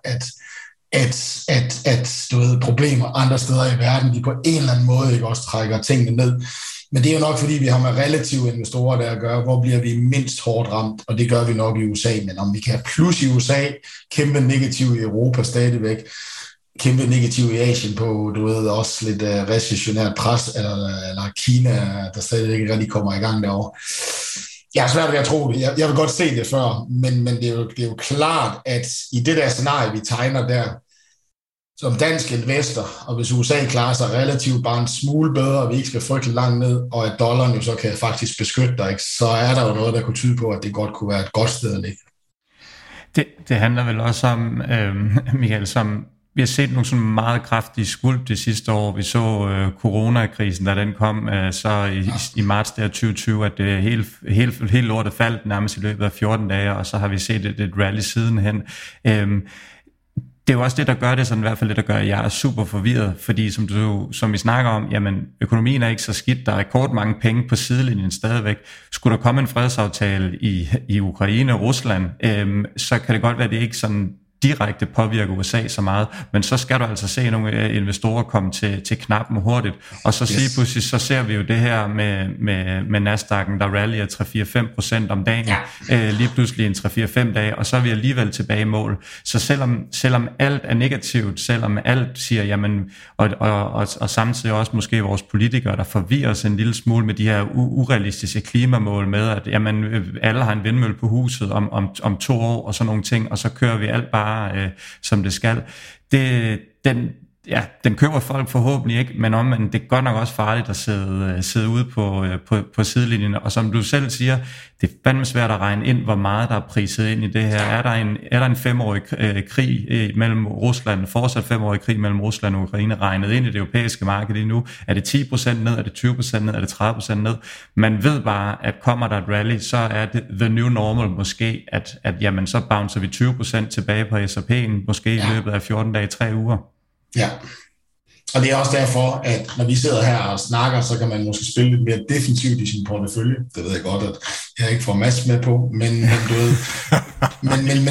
at du ved, problemer andre steder i verden, de på en eller anden måde ikke også trækker tingene ned. Men det er jo nok, fordi vi har med relative investorer der at gøre, hvor bliver vi mindst hårdt ramt, og det gør vi nok i USA. Men om vi kan have plus i USA, kæmpe negativ i Europa stadigvæk, kæmpe negativ i Asien på, du ved, også lidt recessionært pres, eller Kina, der stadig ikke rigtig kommer i gang derovre. Jeg er svært ved at tro det. Jeg vil godt se det før, men det er jo klart, at i det der scenarie, vi tegner der, som dansk investor, og hvis USA klarer sig relativt bare en smule bedre, og vi ikke skal frygtelig langt ned, og at dollaren jo så kan faktisk beskytte dig, så er der jo noget, der kunne tyde på, at det godt kunne være et godt sted at ligge. Det handler vel også om, Michael, som vi har set nogle sådan meget kraftige skvulp det sidste år. Vi så coronakrisen, da den kom så i marts der 2020, at det helt lortet faldt nærmest i løbet af 14 dage, og så har vi set et rally sidenhen. Det er jo også det, der gør det, sådan i hvert fald det, der gør, at jeg er super forvirret, fordi som vi snakker om, jamen økonomien er ikke så skidt, der er rekordmange penge på sidelinjen stadigvæk. Skulle der komme en fredsaftale i Ukraine og Rusland, så kan det godt være, at det ikke sådan direkte påvirker USA så meget, men så skal du altså se nogle investorer komme til knappen hurtigt, og så sige pludselig, så ser vi jo det her med Nasdaq'en, der rallyer 3-4-5% om dagen, lige pludselig en 3-4-5 dage, og så er vi alligevel tilbage i mål. Så selvom alt er negativt, selvom alt siger, jamen, og samtidig også måske vores politikere, der forvirrer os en lille smule med de her urealistiske klimamål med, at jamen, alle har en vindmølle på huset om 2 år, og sådan nogle ting, og så kører vi alt bare som det skal. Den køber folk forhåbentlig ikke, men det er godt nok også farligt at sidde ude på sidelinjen. Og som du selv siger, det er fandme svært at regne ind, hvor meget der er priset ind i det her. Er der en 5-årig krig mellem Rusland, fortsat 5-årig krig mellem Rusland og Ukraine, regnet ind i det europæiske marked lige nu? Er det 10% ned? Er det 20% ned? Er det 30% ned? Man ved bare, at kommer der et rally, så er det the new normal måske, at jamen, så bouncer vi 20% tilbage på S&P'en, måske i løbet af 14 dage, 3 uger. Ja, og det er også derfor, at når vi sidder her og snakker, så kan man måske spille lidt mere defensivt i sin portefølje. Det ved jeg godt, at jeg ikke får Mads med på, men du ved, men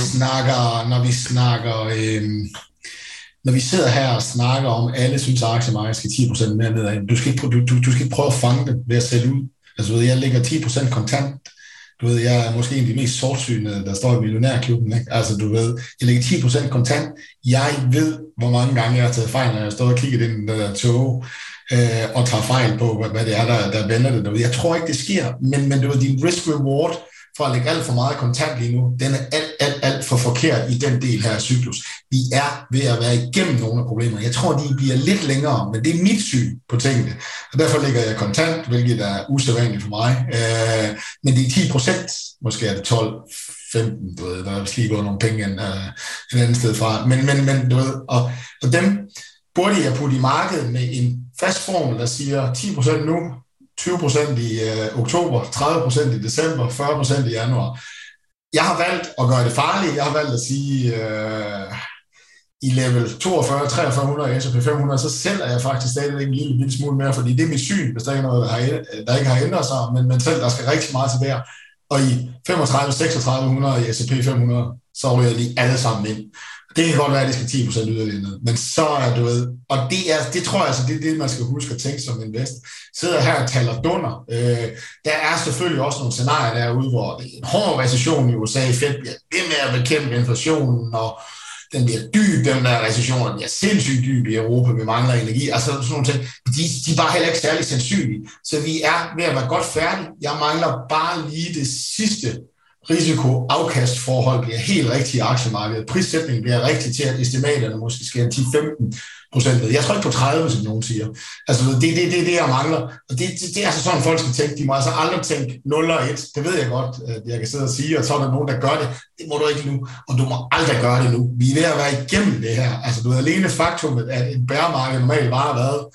når vi sidder her og snakker om, alle synes, at aktiemarkedet skal 10% mere nedad, du skal ikke prøve at fange det ved at sætte ud. Altså, jeg lægger 10% kontant. Du ved, jeg er måske en af de mest sortsynede, der står i millionærklubben, ikke? Altså, du ved, jeg lægger 10% kontant. Jeg ved, hvor mange gange jeg har taget fejl, når jeg står og kigger i den der tog, og tager fejl på, hvad det er, der vender det. Du ved, jeg tror ikke, det sker, men du ved, din risk-reward for at lægge alt for meget kontant lige nu, den er alt for forkert i den del her af cyklus. Vi er ved at være igennem nogle af problemerne. Jeg tror, de bliver lidt længere, men det er mit syn på tingene. Og derfor lægger jeg kontant, hvilket er usædvanligt for mig. Men det er 10%, måske er det 12-15, du ved, der er vist lige gået nogle penge et andet sted fra. Men du ved, og dem burde jeg putte i markedet med en fast formel, der siger 10% nu, 20% i oktober, 30% i december, 40% i januar. Jeg har valgt at gøre det farligt. Jeg har valgt at sige, i level 42, 4300 S&P 500, så sælger jeg faktisk stadig en lille smule mere, fordi det er mit syn, hvis der ikke er noget, der ikke har ændret sig, men selv der skal rigtig meget til hver. Og i 35-3600 i S&P 500, så ryger de alle sammen ind. Det kan godt være, at det skal 10% yderligere ned, men så er du ved, og det tror jeg altså, det er det, man skal huske at tænke som investor. Sidder her og taler dunder. Der er selvfølgelig også nogle scenarier derude, hvor det er en hård recession i USA, Fed bliver ved med at bekæmpe inflationen, og den bliver dyb, den der recession, den bliver sindssygt dyb i Europa, vi mangler energi, altså sådan nogle ting, de er bare heller ikke særlig sandsynlige. Så vi er ved at være godt færdige. Jeg mangler bare lige det sidste risiko-afkastforhold bliver helt rigtigt i aktiemarkedet. Prissætningen bliver rigtig til, at estimaterne måske skal 10-15%. Jeg tror ikke på 30, som nogen siger. Altså, det er det, jeg mangler. Og det er altså sådan, folk skal tænke. De må altså aldrig tænke 0 og 1. Det ved jeg godt, at jeg kan sidde og sige, og så er der nogen, der gør det. Det må du ikke nu, og du må aldrig gøre det nu. Vi er ved at være igennem det her. Altså, du ved, alene faktumet, at et bæremarked normalt bare har været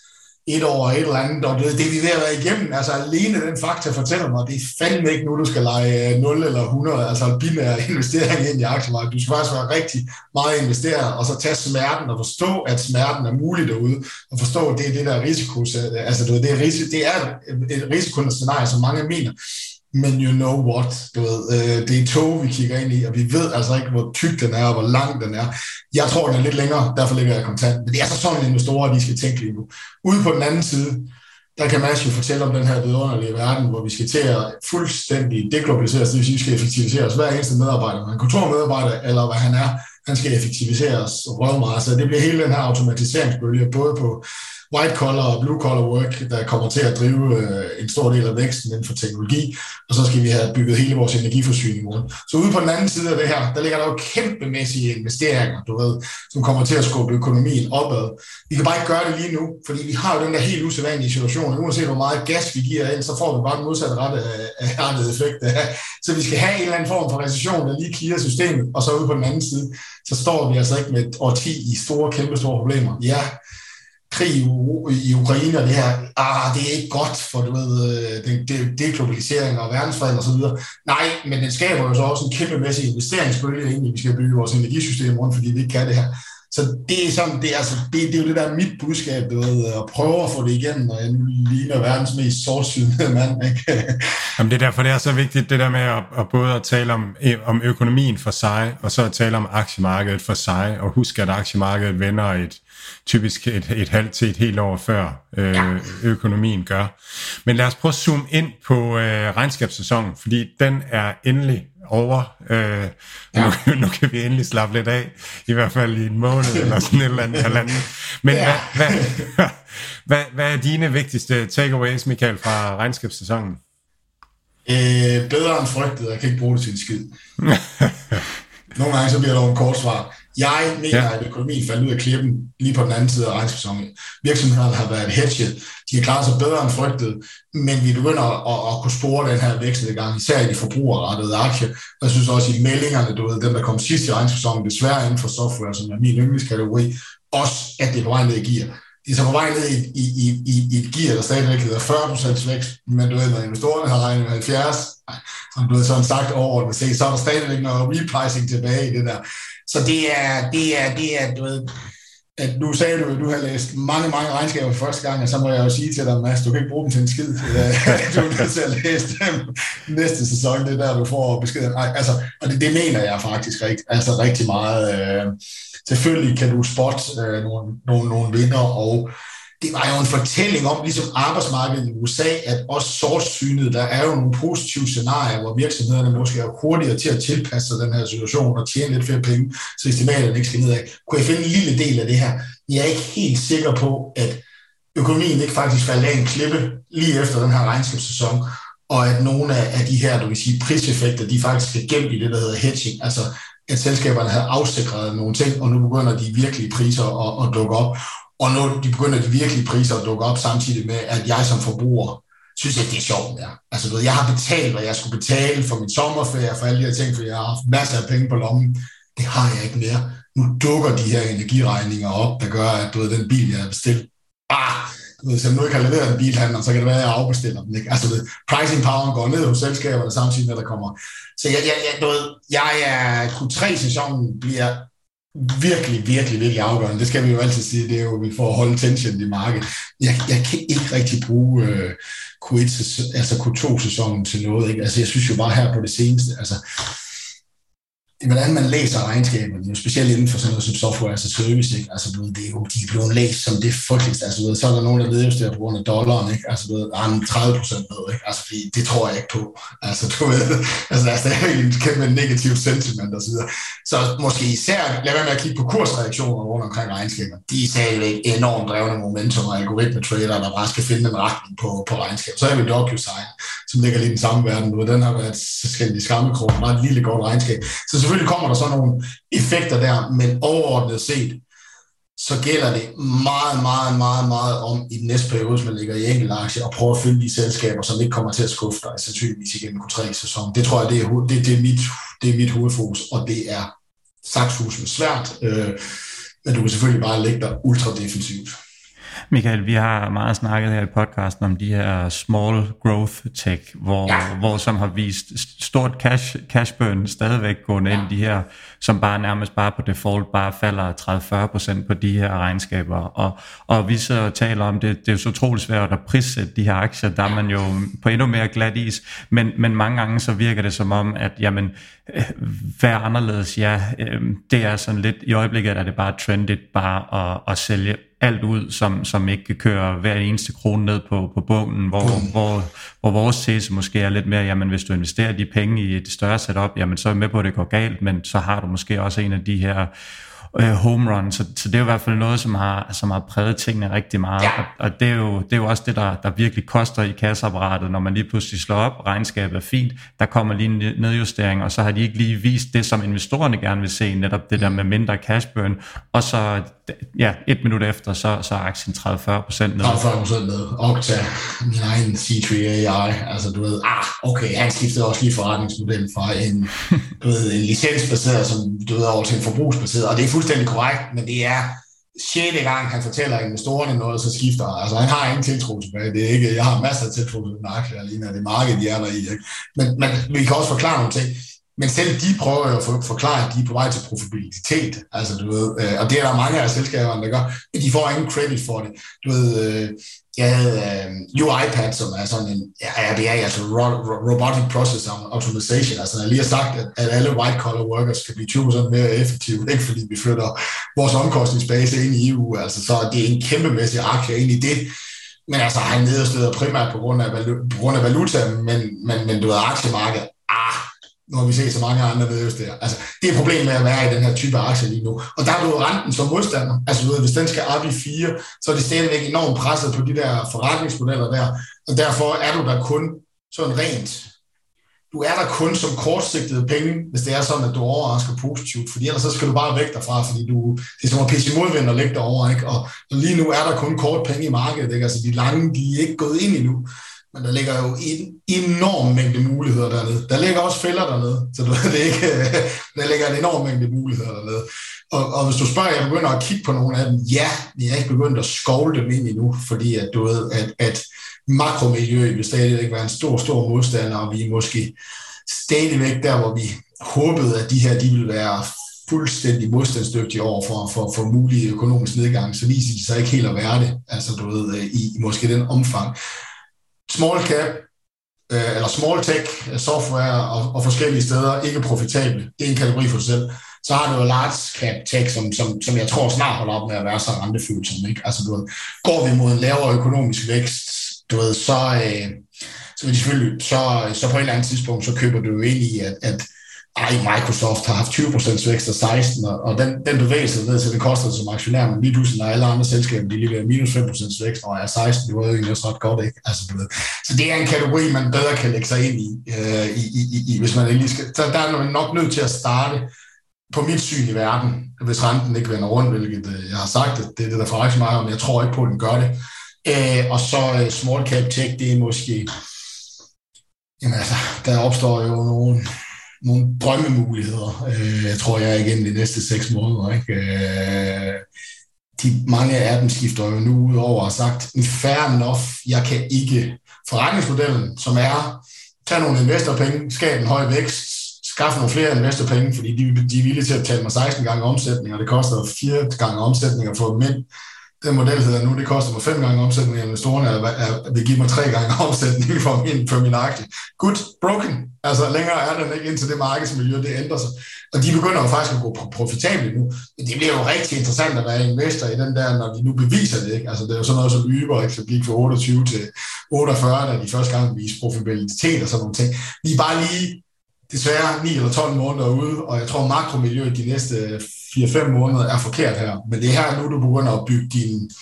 1 år et eller andet, og det er vi ved at være igennem. Altså alene den fakta fortæller mig, det er fandme ikke nu, du skal lege 0 eller 100, altså en binær investering ind i aktiemarkedet. Du skal faktisk være rigtig meget investeret, og så tage smerten og forstå, at smerten er mulig derude, og forstå, at det er det der risiko, altså det er et risikoscenarie, som mange mener. Men you know what, du ved, det er tog, vi kigger ind i, og vi ved altså ikke, hvor tyk den er, og hvor lang den er. Jeg tror, den er lidt længere, derfor ligger jeg kontant. Men det er så sådan investorer, de skal tænke lige nu. Ude på den anden side, der kan Mads jo fortælle om den her vidunderlige verden, hvor vi skal til at fuldstændig deglobaliseres, det vil sige, at vi skal effektiviseres. Hver eneste medarbejder, en kontormedarbejder, eller hvad han er, han skal effektiviseres røvmarser. Så det bliver hele den her automatiseringsbølge, både på white collar og blue collar work, der kommer til at drive en stor del af væksten inden for teknologi, og så skal vi have bygget hele vores energiforsyning rundt. Så ude på den anden side af det her, der ligger der jo kæmpemæssige investeringer, du ved, som kommer til at skubbe økonomien opad. Vi kan bare ikke gøre det lige nu, fordi vi har jo den der helt usædvanlige situation, uanset hvor meget gas vi giver ind, så får vi bare den modsatte rettet effekt. Så vi skal have en eller anden form for recession, der lige clear systemet, og så ude på den anden side, så står vi altså ikke med et årti i kæmpe store problemer. Ja, krig i Ukraine og det her, det er ikke godt for, du ved, deglobalisering og verdensfred og så videre. Nej, men den skaber jo så også en kæmpemæssig investeringsbølge ind i, vi skal bygge vores energisystem rundt, fordi vi ikke kan det her. Så det er sådan, det er jo det der mit budskab, du ved, at prøve at få det igennem, og jeg nu ligner verdens mest sortsynede mand, ikke? Jamen det er derfor, det er så vigtigt, det der med at både at tale om økonomien for sig, og så at tale om aktiemarkedet for sig, og huske, at aktiemarkedet vender typisk et halvt til et helt år før økonomien gør. Men lad os prøve at zoome ind på regnskabssæsonen, fordi den er endelig over. Nu kan vi endelig slappe lidt af, i hvert fald i en måned eller sådan et eller andet halvanden. Men hvad er dine vigtigste takeaways, Michael, fra regnskabssæsonen? Bedre end frygtet, jeg kan ikke bruge det til en skid. Nogle gange så bliver der en kort svar. Jeg mener, at økonomien faldt ud af klippen lige på den anden side af regnskabssæsonen. Virksomhederne har været hedget. De har klaret sig bedre end frygtet, men vi begynder at kunne spore den her vækstnedgang, især i de forbrugerrettede aktier. Og jeg synes også i meldingerne, du ved, dem der kom sidst i regnskabssæsonen, desværre inden for software, som er min yndlingskategori, også at det er på vej ned i gear. De er så på vej ned i et gear, der stadigvæk hedder 40% vækst, men du ved, når investorerne har regnet 70, som du ved sådan sagt overordnet set, så er der stadigvæk noget repricing tilbage i det der. Så det er, du ved, at nu sagde du, at du har læst mange regnskaber for første gang, og så må jeg jo sige til dig, Mads, du kan ikke bruge dem til en skid. Du er nødt til at læse dem næste sæson, det er der, du får beskeden. Altså, og det mener jeg faktisk rigtig meget. Selvfølgelig kan du spotte nogle vinder, og det var jo en fortælling om, ligesom arbejdsmarkedet i USA, at også sortsynet, der er jo nogle positive scenarier, hvor virksomhederne måske er hurtigere til at tilpasse sig den her situation og tjene lidt flere penge, så estimaterne ikke skal nedad. Kunne jeg finde en lille del af det her? Jeg er ikke helt sikker på, at økonomien ikke faktisk faldt af en klippe lige efter den her regnskabssæson, og at nogle af de her, du vil sige, priseffekter, de faktisk er gemt i det, der hedder hedging, altså at selskaberne havde afsikret nogle ting, og nu begynder de virkelige priser at dukke op. Og nu begynder de virkelige priser at dukke op samtidig med, at jeg som forbruger synes, at det er sjovt mere. Altså, jeg har betalt, hvad jeg skulle betale for min sommerferie, for alle de her ting, for jeg har haft masser af penge på lommen. Det har jeg ikke mere. Nu dukker de her energiregninger op, der gør, at den bil, jeg har bestilt, hvis jeg nu ikke har leveret en bilhandler, så kan det være, at jeg afbestiller den. Ikke? Altså, pricing poweren går ned hos selskaberne samtidig med, der kommer. Så Q3-sæsonen bliver virkelig afgørende. Det skal vi jo altid sige, det er jo, vi får at holde tension i markedet. Jeg kan ikke rigtig bruge Q2-sæsonen til noget. Ikke? Altså, jeg synes jo bare her på det seneste, altså, hvordan man læser regnskaberne, specielt inden for sådan noget som software as a service, ikke? Altså, det er jo, de er blevet læst som det frygteligste. Altså, så er der nogen, der nedjusterer på grund af dollaren, ikke? Altså, 30% ned, ikke? Altså, fordi det tror jeg ikke på. Altså, der er stadig en kæmpe negativ sentiment og så videre. Så måske især, lad være med at kigge på kursreaktioner rundt omkring regnskaberne. De er stadigvæk enormt drevne momentum og algoritmetrader, der bare skal finde en retning på regnskab. Så er vi DocuSign, som ligger lidt i den samme verden. Den har været skændig skammekrog, meget et lille godt regnskab. Så selvfølgelig kommer der så nogle effekter der, men overordnet set, så gælder det meget om i den næste periode, hvis man ligger i enkelte aktier, og prøve at finde de selskaber, som ikke kommer til at skuffe dig, sandsynligvis igennem Q3-sæsonen. Det tror jeg, det er mit hovedfokus, og det er sakshusen svært, men du kan selvfølgelig bare lægge dig ultra defensivt. Michael, vi har meget snakket her i podcasten om de her small growth tech, hvor som har vist stort cash burn stadigvæk gående ind, de her, som bare nærmest bare på default bare falder 30-40% på de her regnskaber. Og vi så taler om det er jo så utroligt svært at prissætte de her aktier, der er man jo på endnu mere glat is, men mange gange så virker det som om, at jamen, hvad er anderledes? Ja, det er sådan lidt, i øjeblikket er det bare trendigt bare at sælge alt ud, som ikke kan køre hver eneste krone ned på bungen, hvor vores tese måske er lidt mere, jamen hvis du investerer de penge i et større setup, jamen så er jeg med på, at det går galt, men så har du måske også en af de her home run, så det er jo i hvert fald noget, som har præget tingene rigtig meget, og det er jo også det, der virkelig koster i kasseapparatet, når man lige pludselig slår op, regnskabet er fint, der kommer lige en nedjustering, og så har de ikke lige vist det, som investorerne gerne vil se, netop det der med mindre cash burn, og så 1 minut efter, så er aktien 30-40% ned. 30-40% ned. Okta, min egen C3 AI, altså du ved, okay, han skiftede også lige forretningsmodellen fra en licensbaseret, som du ved, over til en forbrugsbaseret, og det er fuldstændig korrekt, men det er 6. gang, han fortæller investorerne noget, så skifter han. Altså, han har ingen tiltro tilbage. Det er ikke, jeg har masser af tiltro til den aktie, alene af det marked, de er der i. Ikke? Men vi kan også forklare nogle ting. Men selv de prøver jo at forklare, at de er på vej til profitabilitet. Altså, du ved, og det er der mange af selskaberne, der gør, men de får ingen credit for det. Du ved, jeg havde UiPath, som er sådan en RPA, altså Robotic Process Automation. Altså, jeg lige har sagt, at alle white-collar workers kan blive 20% mere effektive, ikke fordi vi flytter vores omkostningsbase ind i EU. Altså, så det er en kæmpemæssig aktie ind i det. Men altså, han nedstøder primært på grund af valuta, men du ved, aktiemarkedet, nu har vi set så mange andre nedjusteringer. Altså, det er problemet med at være i den her type aktie lige nu. Og der er du renten som modstander. Altså, du ved, hvis den skal op i 4, så er det stadigvæk enormt presset på de der forretningsmodeller der. Og derfor er du der kun sådan rent. Du er der kun som kortsigtede penge, hvis det er sådan, at du overrasker positivt. Fordi ellers så skal du bare væk derfra, fordi det er som at pisse i modvind og lægge derovre. Ikke? Og lige nu er der kun kort penge i markedet. Ikke? Altså, de lange, de er ikke gået ind endnu. Men der ligger jo en enorm mængde muligheder dernede. Der ligger også fælder dernede, så det er ikke, der ligger en enorm mængde muligheder dernede. Og hvis du spørger, jeg begynder at kigge på nogle af dem, vi er ikke begyndt at skovle dem ind endnu, fordi at du ved, at makromiljøet vil stadigvæk være en stor modstander, og vi er måske stadigvæk der, hvor vi håbede, at de her, de ville være fuldstændig modstandsdygtige over for mulige økonomisk nedgang, så viser de sig ikke helt at være det, altså du ved, i måske den omfang. Small cap, eller small tech, software og forskellige steder, ikke profitable. Det er en kategori for sig selv. Så har du jo large cap tech, som jeg tror snart holder op med at være så rentefølsom. Ikke? Altså, du ved, går vi mod en lavere økonomisk vækst, du ved, så vil de selvfølgelig, så på et eller andet tidspunkt, så køber du jo ind i, at Microsoft har haft 20% vækst af 16, og den bevægelse ned til det koster som aktionær, men lige pludselig, når alle andre selskaber, de ligger minus 5% vækst, og er 16, det var jo egentlig også ret godt, ikke? Altså, så det er en kategori, man bedre kan lægge sig ind i hvis man lige skal. Så der er man nok nødt til at starte på mit syn i verden, hvis renten ikke vender rundt, hvilket jeg har sagt, det er det, der får aktiemarkedet, men jeg tror ikke på, at den gør det. Og så small cap tech, det er måske, jamen altså, der opstår jo nogle drømmemuligheder, jeg tror jeg igen de næste 6 måneder. Ikke? Mange af dem skifter jo nu ud over og sagt, fair enough, jeg kan ikke. Forretningsmodellen, som er, tage nogle investorpenge, skabe en høj vækst, skaffe nogle flere investorpenge, fordi de er villige til at betale mig 16 gange omsætning, og det koster 4 gange omsætning at få dem ind. den model hedder nu, det koster mig 5 gange omsætning, og investorerne vil give mig 3 gange omsætning for min aktie. Good, broken. Altså længere er den ikke, indtil det markedsmiljø, det ændrer sig. Og de begynder jo faktisk at gå profitable nu. Men det bliver jo rigtig interessant at være investor i den der, når de nu beviser det. Ikke? Altså det er jo sådan noget som Uber, ikke? Så gik fra 28 til 48, da de første gang viste profitabilitet og sådan nogle ting. Vi er bare lige desværre 9 eller 12 måneder ude, og jeg tror makromiljøet de næste 4-5 måneder er forkert her. Men det er her nu, du begynder at bygge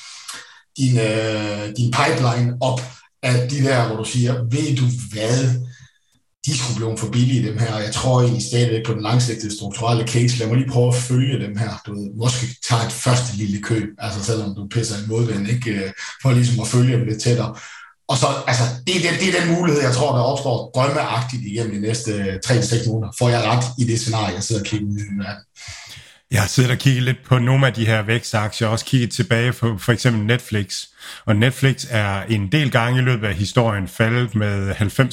din pipeline op af de der, hvor du siger, ved du hvad, de skulle blive for billige, dem her, og jeg tror egentlig stadigvæk på den langsigtede strukturelle case, lad mig lige prøve at følge dem her, du ved, måske tage et første lille køb, altså selvom du pisser en modvind, ikke, for ligesom at følge dem lidt tættere. Og så, altså, det er den mulighed, jeg tror, der opstår drømmeagtigt igennem de næste 3-6 måneder. Får jeg ret i det scenarie, jeg sidder og kigger ud i verden? Jeg har siddet og kigget lidt på nogle af de her vækstaktier, og også kigget tilbage på for eksempel Netflix. Og Netflix er en del gange i løbet af historien faldet med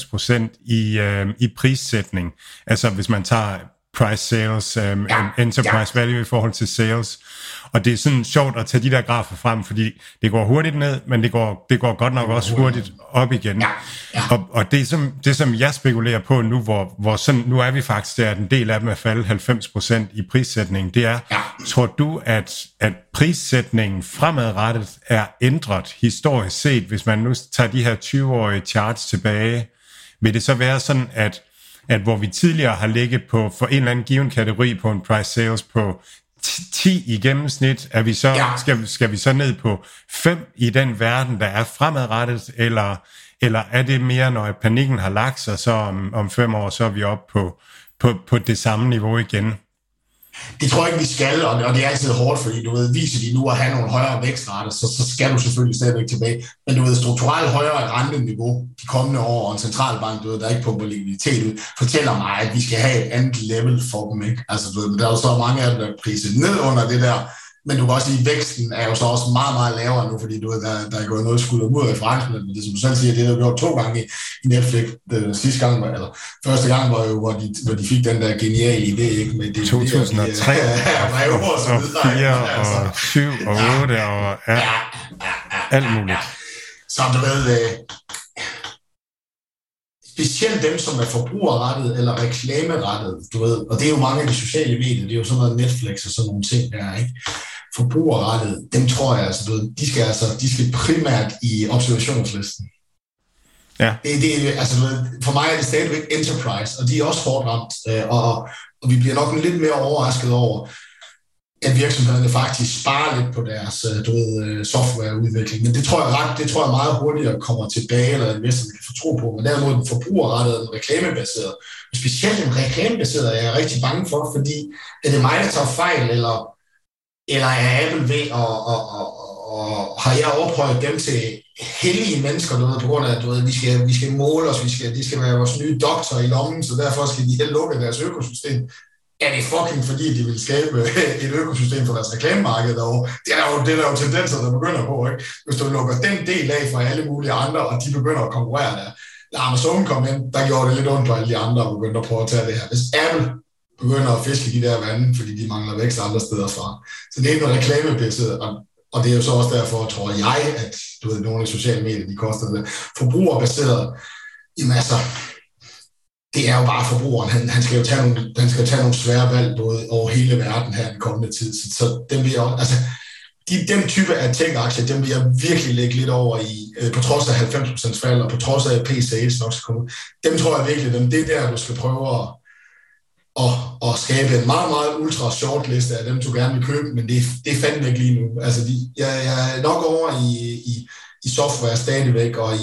90% i prissætning. Altså hvis man tager price sales, enterprise value i forhold til sales. Og det er sådan sjovt at tage de der grafer frem, fordi det går hurtigt ned, men det går godt nok også hurtigt op igen. Og det som jeg spekulerer på nu, hvor sådan, nu er vi faktisk der, at en del af dem er faldet 90% i prissætningen, det er, tror du, at prissætningen fremadrettet er ændret historisk set, hvis man nu tager de her 20-årige charts tilbage, vil det så være sådan, at hvor vi tidligere har ligget på for en eller anden given kategori på en price sales på 10 i gennemsnit, er vi så, skal vi så ned på 5 i den verden, der er fremadrettet, eller er det mere, når panikken har lagt sig, så om 5 år, så er vi oppe på det samme niveau igen? Det tror jeg ikke, vi skal, og det er altid hårdt, fordi du ved, viser de nu at have nogle højere vækstrater, så skal du selvfølgelig stadigvæk tilbage. Men du ved, strukturelt højere renteniveau de kommende år, og en centralbank, du ved, der ikke pumper likviditet ud, fortæller mig, at vi skal have et andet level for dem, ikke? Altså, du ved, men der er jo så mange af dem, der er priset ned under det der, men du kan også sige, at væksten er jo så også meget, meget lavere nu, fordi du ved, der er gået noget skud og mod af referencen, men det som du selv siger, det er gjort 2 gange i Netflix. Det sidste gang, eller første gang var jo, hvor de fik den der geniale idé, ikke? Med det 2003, og 4, og 7, og 8, og alt muligt. Så du ved, specielt dem, som er forbrugerrettet eller reklamerettet, du ved, og det er jo mange af de sociale medier, det er jo sådan noget Netflix og sådan nogle ting der, ikke? Forbrugerrettet, dem tror jeg, altså, du ved, de skal primært i observationslisten. Ja. Altså, du ved, for mig er det stadigvæk enterprise, og de er også hårdt ramt, og vi bliver nok lidt mere overrasket over, at virksomhederne faktisk sparer lidt på deres softwareudvikling. Men det tror jeg meget hurtigere kommer tilbage, eller at investorerne kan få tro på. Men derimod den forbrugerrettede, den reklamebaseret. Specielt den reklamebaseret er jeg rigtig bange for, fordi er det mig, der tager fejl, eller er Apple ved, og har jeg ophøjet dem til hellige mennesker, du ved, på grund af, at vi skal måle os, de skal være vores nye doktor i lommen, så derfor skal de lukke deres økosystem. Er det fucking fordi, de vil skabe et økosystem for deres reklamemarked derovre? Det er der jo tendenser, der begynder på, ikke? Hvis du lukker den del af fra alle mulige andre, og de begynder at konkurrere der. Da Amazon kom ind, der gjorde det lidt ondt på alle de andre, og begyndte at prøve at tage det her. Hvis Apple begynder at fiske de der vande, fordi de mangler vækst andre steder fra. Så det er ikke noget reklamebaseret, og det er jo så også derfor, tror jeg, at du ved, nogle af de sociale medier, de koster det. Forbrugerbaseret, jamen altså, det er jo bare forbrugeren. Han skal jo tage nogle svære valg både over hele verden her den kommende tid. Så dem vil jeg også, altså, den type af tech-aktier, dem vil jeg virkelig lægge lidt over i, på trods af 90% fald, og på trods af P-sales nok skal komme. Dem tror jeg virkelig, det er der, du skal prøve at skabe en meget, meget ultra-short liste af dem, du gerne vil købe, men det er fandme ikke lige nu. Altså, jeg er nok over i software stadigvæk, og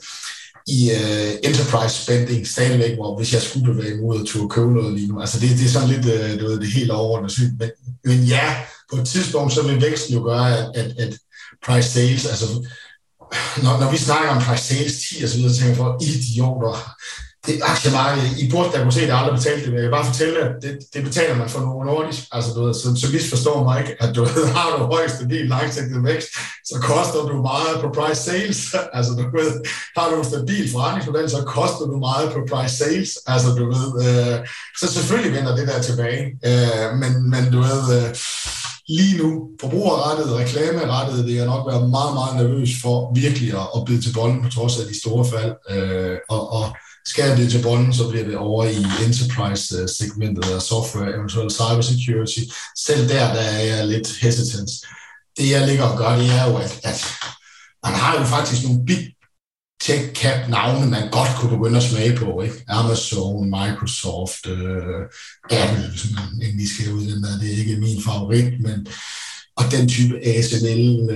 i enterprise spending stadigvæk, hvor hvis jeg skulle bevæge mod at købe noget lige nu. Altså det er sådan lidt det helt overordnede syn. Men ja, på et tidspunkt, så vil væksten jo gøre, at price sales, altså når vi snakker om price sales 10 og så videre, så tænker jeg for idioter. Det aktiemarkedet, I burde da kunne se, at jeg aldrig betalte det, men jeg kan bare fortælle, at det betaler man for Novo Nordisk. Altså, du ved, så misforstår mig ikke, at du ved, har du højst stabil langsigtet vækst, så koster du meget på price sales. Altså, du ved, har du en stabil forretningsmodel, så koster du meget på price sales. Altså, du ved, så selvfølgelig vender det der tilbage. Men du ved, lige nu, forbrugerrettet, reklamerettet, det er nok været meget, meget nervøs for virkelig at bide til bolden på trods af de store fald. Og skal det til bolden, så bliver det over i enterprise-segmentet af software, eventuelt cybersecurity. Selv der er jeg lidt hesitant. Det jeg ligger og gør, det er jo, at man har jo faktisk nogle big tech-cap-navne, man godt kunne begynde at smage på, ikke? Amazon, Microsoft, Apple, hvis man egentlig skal ud i den der, det er ikke min favorit, men og den type ASML,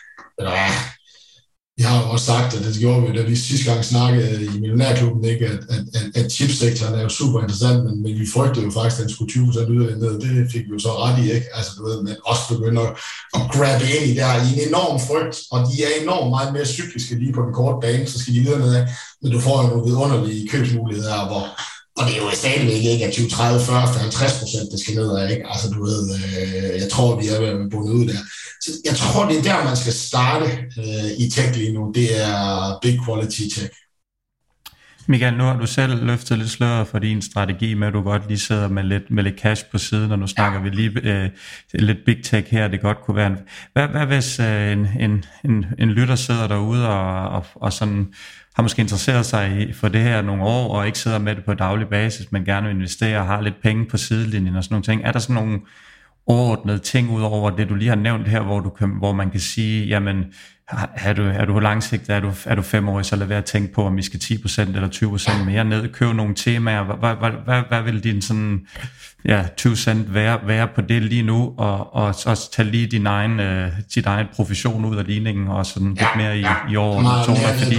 jeg har jo også sagt, og det gjorde vi, da vi sidste gang snakkede i Millionærklubben, ikke, at chipsektoren er jo super interessant, men vi frygtede jo faktisk, at den skulle 20% yderligere ned, det fik vi jo så ret i, ikke? Altså, du ved, men også begynder at grabbe ind i der i en enorm frygt, og de er enormt meget mere cykliske lige på den korte bane, så skal de videre nedad, men du får jo nogle vidunderlige købsmuligheder, hvor og det er jo stadigvæk ikke, at 20, 30, 40, 50% det skal nedad, ikke? Altså, du ved, jeg tror, vi er bundet ud der. Så jeg tror, det er der, man skal starte i tech lige nu. Det er big quality tech. Michael, nu har du selv løftet lidt sløret for din strategi med, at du godt lige sidder med lidt cash på siden, og nu snakker vi lige lidt big tech her, det godt kunne være. Hvad hvis en lytter sidder derude og sådan har måske interesseret sig for det her nogle år, og ikke sidder med det på daglig basis, men gerne vil investere og har lidt penge på sidelinjen og sådan nogle ting. Er der sådan nogle overordnede ting ud over det, du lige har nævnt her, hvor man kan sige, jamen, er du langsigtet, er du 5 år, så lad være at tænke på, om vi skal 10% eller 20% mere ned, købe nogle temaer. Hvad vil din sådan, 20 cent være på det lige nu, og også tage lige din egen profession ud af ligningen, og sådan lidt mere i overordnede toner, fordi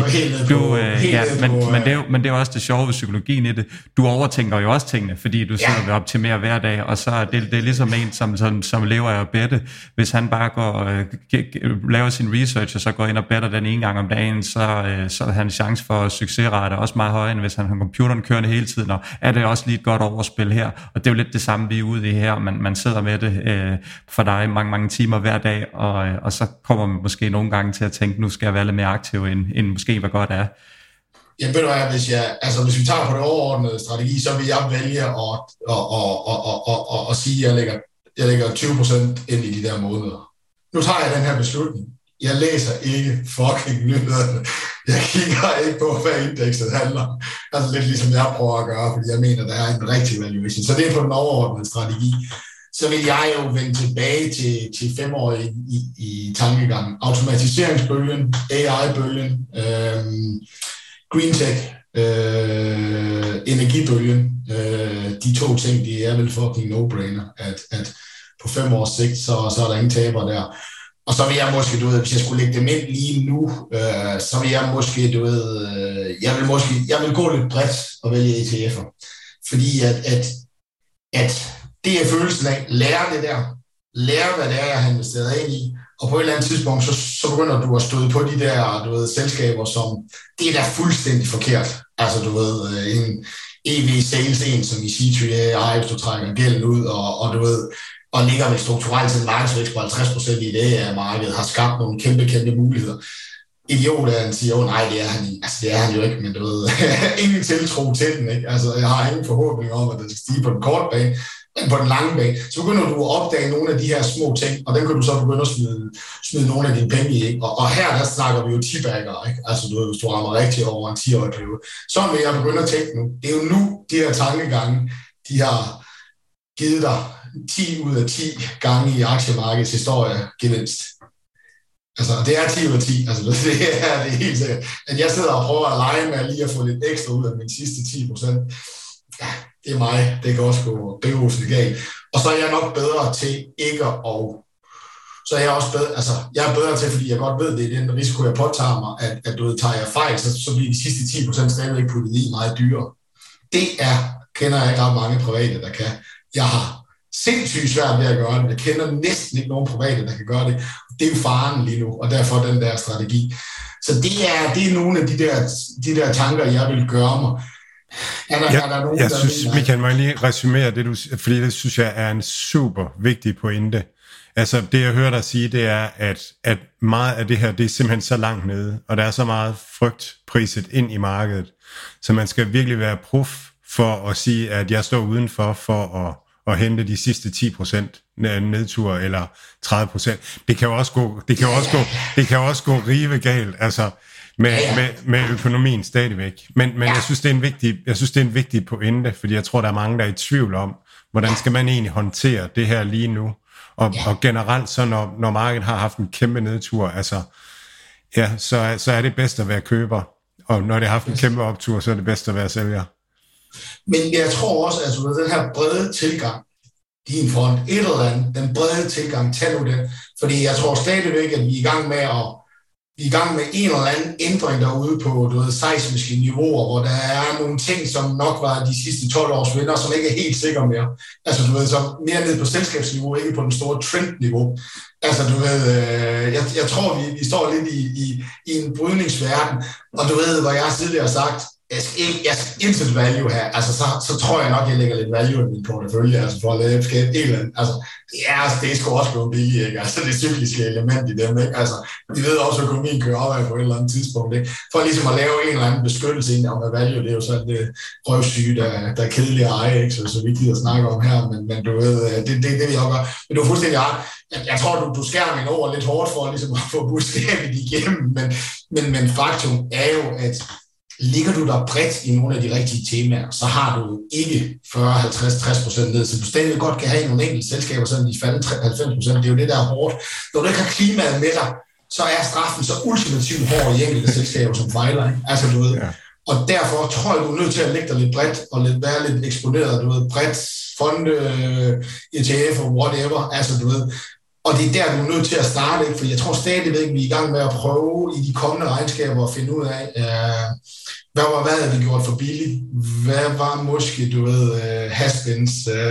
men det er jo også det sjove ved psykologien i det. Du overtænker jo også tingene, fordi du sidder og optimerer hver dag, og så er det er ligesom en, som lever af at bette. Hvis han bare går laver sin research, og så går ind og better den ene gang om dagen, så er hans chance for succesrate også meget højere, end hvis han har computeren kørende hele tiden, og er det også lige et godt overspil her. Og det er jo lidt det samme, vi er ude i her. Man sidder med det for dig mange timer hver dag, og så kommer man måske nogle gange til at tænke, nu skal jeg være lidt mere aktiv, end måske hvad godt er. Ja, ved du hvad, hvis vi tager på det overordnede strategi, så vil jeg vælge at sige, at jeg lægger 20% ind i de der måneder. Nu tager jeg den her beslutning. Jeg læser ikke fucking nyhederne. Jeg kigger ikke på, hvad indekset handler om. Altså lidt ligesom jeg prøver at gøre, fordi jeg mener, der er en rigtig valuation. Så det er på den overordnede strategi. Så vil jeg jo vende tilbage til 5 år i tankegangen. Automatiseringsbølgen, AI-bølgen, green tech, energibølgen. De 2 ting, de er vel fucking no-brainer. At på 5 års sigt, så er der ingen taber der. Og så vil jeg måske, hvis jeg skulle lægge dem ind lige nu, så vil jeg måske, jeg vil gå lidt bredt og vælge ETF'er. Fordi at det er følelsen af, lære det der, lære hvad det er, jeg har investeret ind i, og på et eller andet tidspunkt, så begynder du at støde på de der, selskaber, som, det er da fuldstændig forkert. Altså, en EV Sales 1, som i C3AI, hvis du trækker gælden ud, og ligger med strukturelt til en markedsvækst på 50% i det af markedet, har skabt nogle kæmpe muligheder. Idioten siger, nej, det er han jo ikke, men ingen tiltro til den, ikke? Altså, jeg har ingen forhåbning om, at det skal stige på den korte bane, men på den lange bane, så begynder du at opdage nogle af de her små ting, og den kan du så begynde at smide nogle af dine penge i, ikke? Og her, der snakker vi jo t-bagger, ikke? Altså, hvis du rammer rigtig over en 10-årig periode. Sådan vil jeg begynde at tænke nu. Det er jo nu, de her tankegange, de har givet dig 10 ud af 10 gange i aktiemarkedets historie gevinst. Altså, det er 10 ud af 10. Altså, det er helt sikkert. At jeg sidder og prøver at lege med lige at få lidt ekstra ud af mine sidste 10%. Ja, det er mig. Det kan også gå begruset galt. Og så er jeg nok bedre til ikke at... Så er jeg også bedre... Altså, jeg er bedre til, fordi jeg godt ved, det er den risiko, jeg påtager mig, at tager jeg fejl, så bliver de sidste 10% stadigvæk puttet i meget dyrere. Det kender jeg ikke ret mange private, der kan. Jeg har sindssygt svært ved at gøre det. Jeg kender næsten ikke nogen private, der kan gøre det. Det er jo faren lige nu, og derfor den der strategi. Så det er nogle af de der tanker, jeg vil gøre mig. Er der nogen, jeg synes, Michael, må jeg lige resumere det, fordi det synes jeg er en super vigtig pointe. Altså, det jeg hører dig sige, det er, at meget af det her, det er simpelthen så langt nede, og der er så meget frygt priset ind i markedet, så man skal virkelig være prof for at sige, at jeg står udenfor for at hente de sidste 10%. nedtur eller 30%. Det kan jo også gå rive galt, altså med økonomien stadigvæk. Men jeg synes det er en vigtig pointe, fordi jeg tror der er mange der er i tvivl om, hvordan skal man egentlig håndtere det her lige nu? Og generelt så når markedet har haft en kæmpe nedtur, altså så er det bedst at være køber. Og når det har haft en kæmpe optur, så er det bedst at være sælger. Men jeg tror også, at den her brede tilgang, din front, et eller andet, den brede tilgang, tag nu det. Fordi jeg tror stadigvæk, at vi er i gang med en eller anden ændring derude på seismiske niveauer, hvor der er nogle ting, som nok var de sidste 12 års vinder, som ikke er helt sikre mere. Altså så mere ned på selskabsniveau, ikke på den store trendniveau. Altså jeg tror, vi står lidt i en brydningsverden, og hvor jeg tidligere har sagt, jeg skal intet value her, altså så tror jeg nok, jeg lægger lidt value i min portefølje, altså for at lave et eller andet, altså det er sgu også blevet billigt, ikke? Altså det cykliske element i dem, ikke? Altså de ved også, at økonomien kører opad på et eller andet tidspunkt, ikke? For ligesom at lave en eller anden beskyttelse ind om value, det er jo sådan det røvsyge, der er kedeligt at eje, ikke? Så vi gider snakke om her, men du ved, det vil jeg også gøre, men du er fuldstændig ret. Jeg tror, du skærer mine ord lidt hårdt for ligesom at få budskabet igennem, men faktum er jo, at ligger du der bredt i nogle af de rigtige temaer, så har du ikke 40, 50, 60% ned, så du stadig godt kan have nogle enkelte selskaber, så de falder 90%. Det er jo det, der er hårdt. Når du ikke har klimaet med dig, så er straffen så ultimativt hård i enkelte selskaber, som fejler. Ikke? Altså, du ved. Ja. Og derfor tror jeg, du er nødt til at lægge dig lidt bredt, og være lidt eksponeret, du ved, bredt, fonde, ETF og whatever, altså, du ved. Og det er der, du er nødt til at starte, ikke? For jeg tror stadigvæk, vi er i gang med at prøve i de kommende regnskaber at finde ud af, hvad havde vi gjort for billigt? Hvad var måske, du ved, has-beens?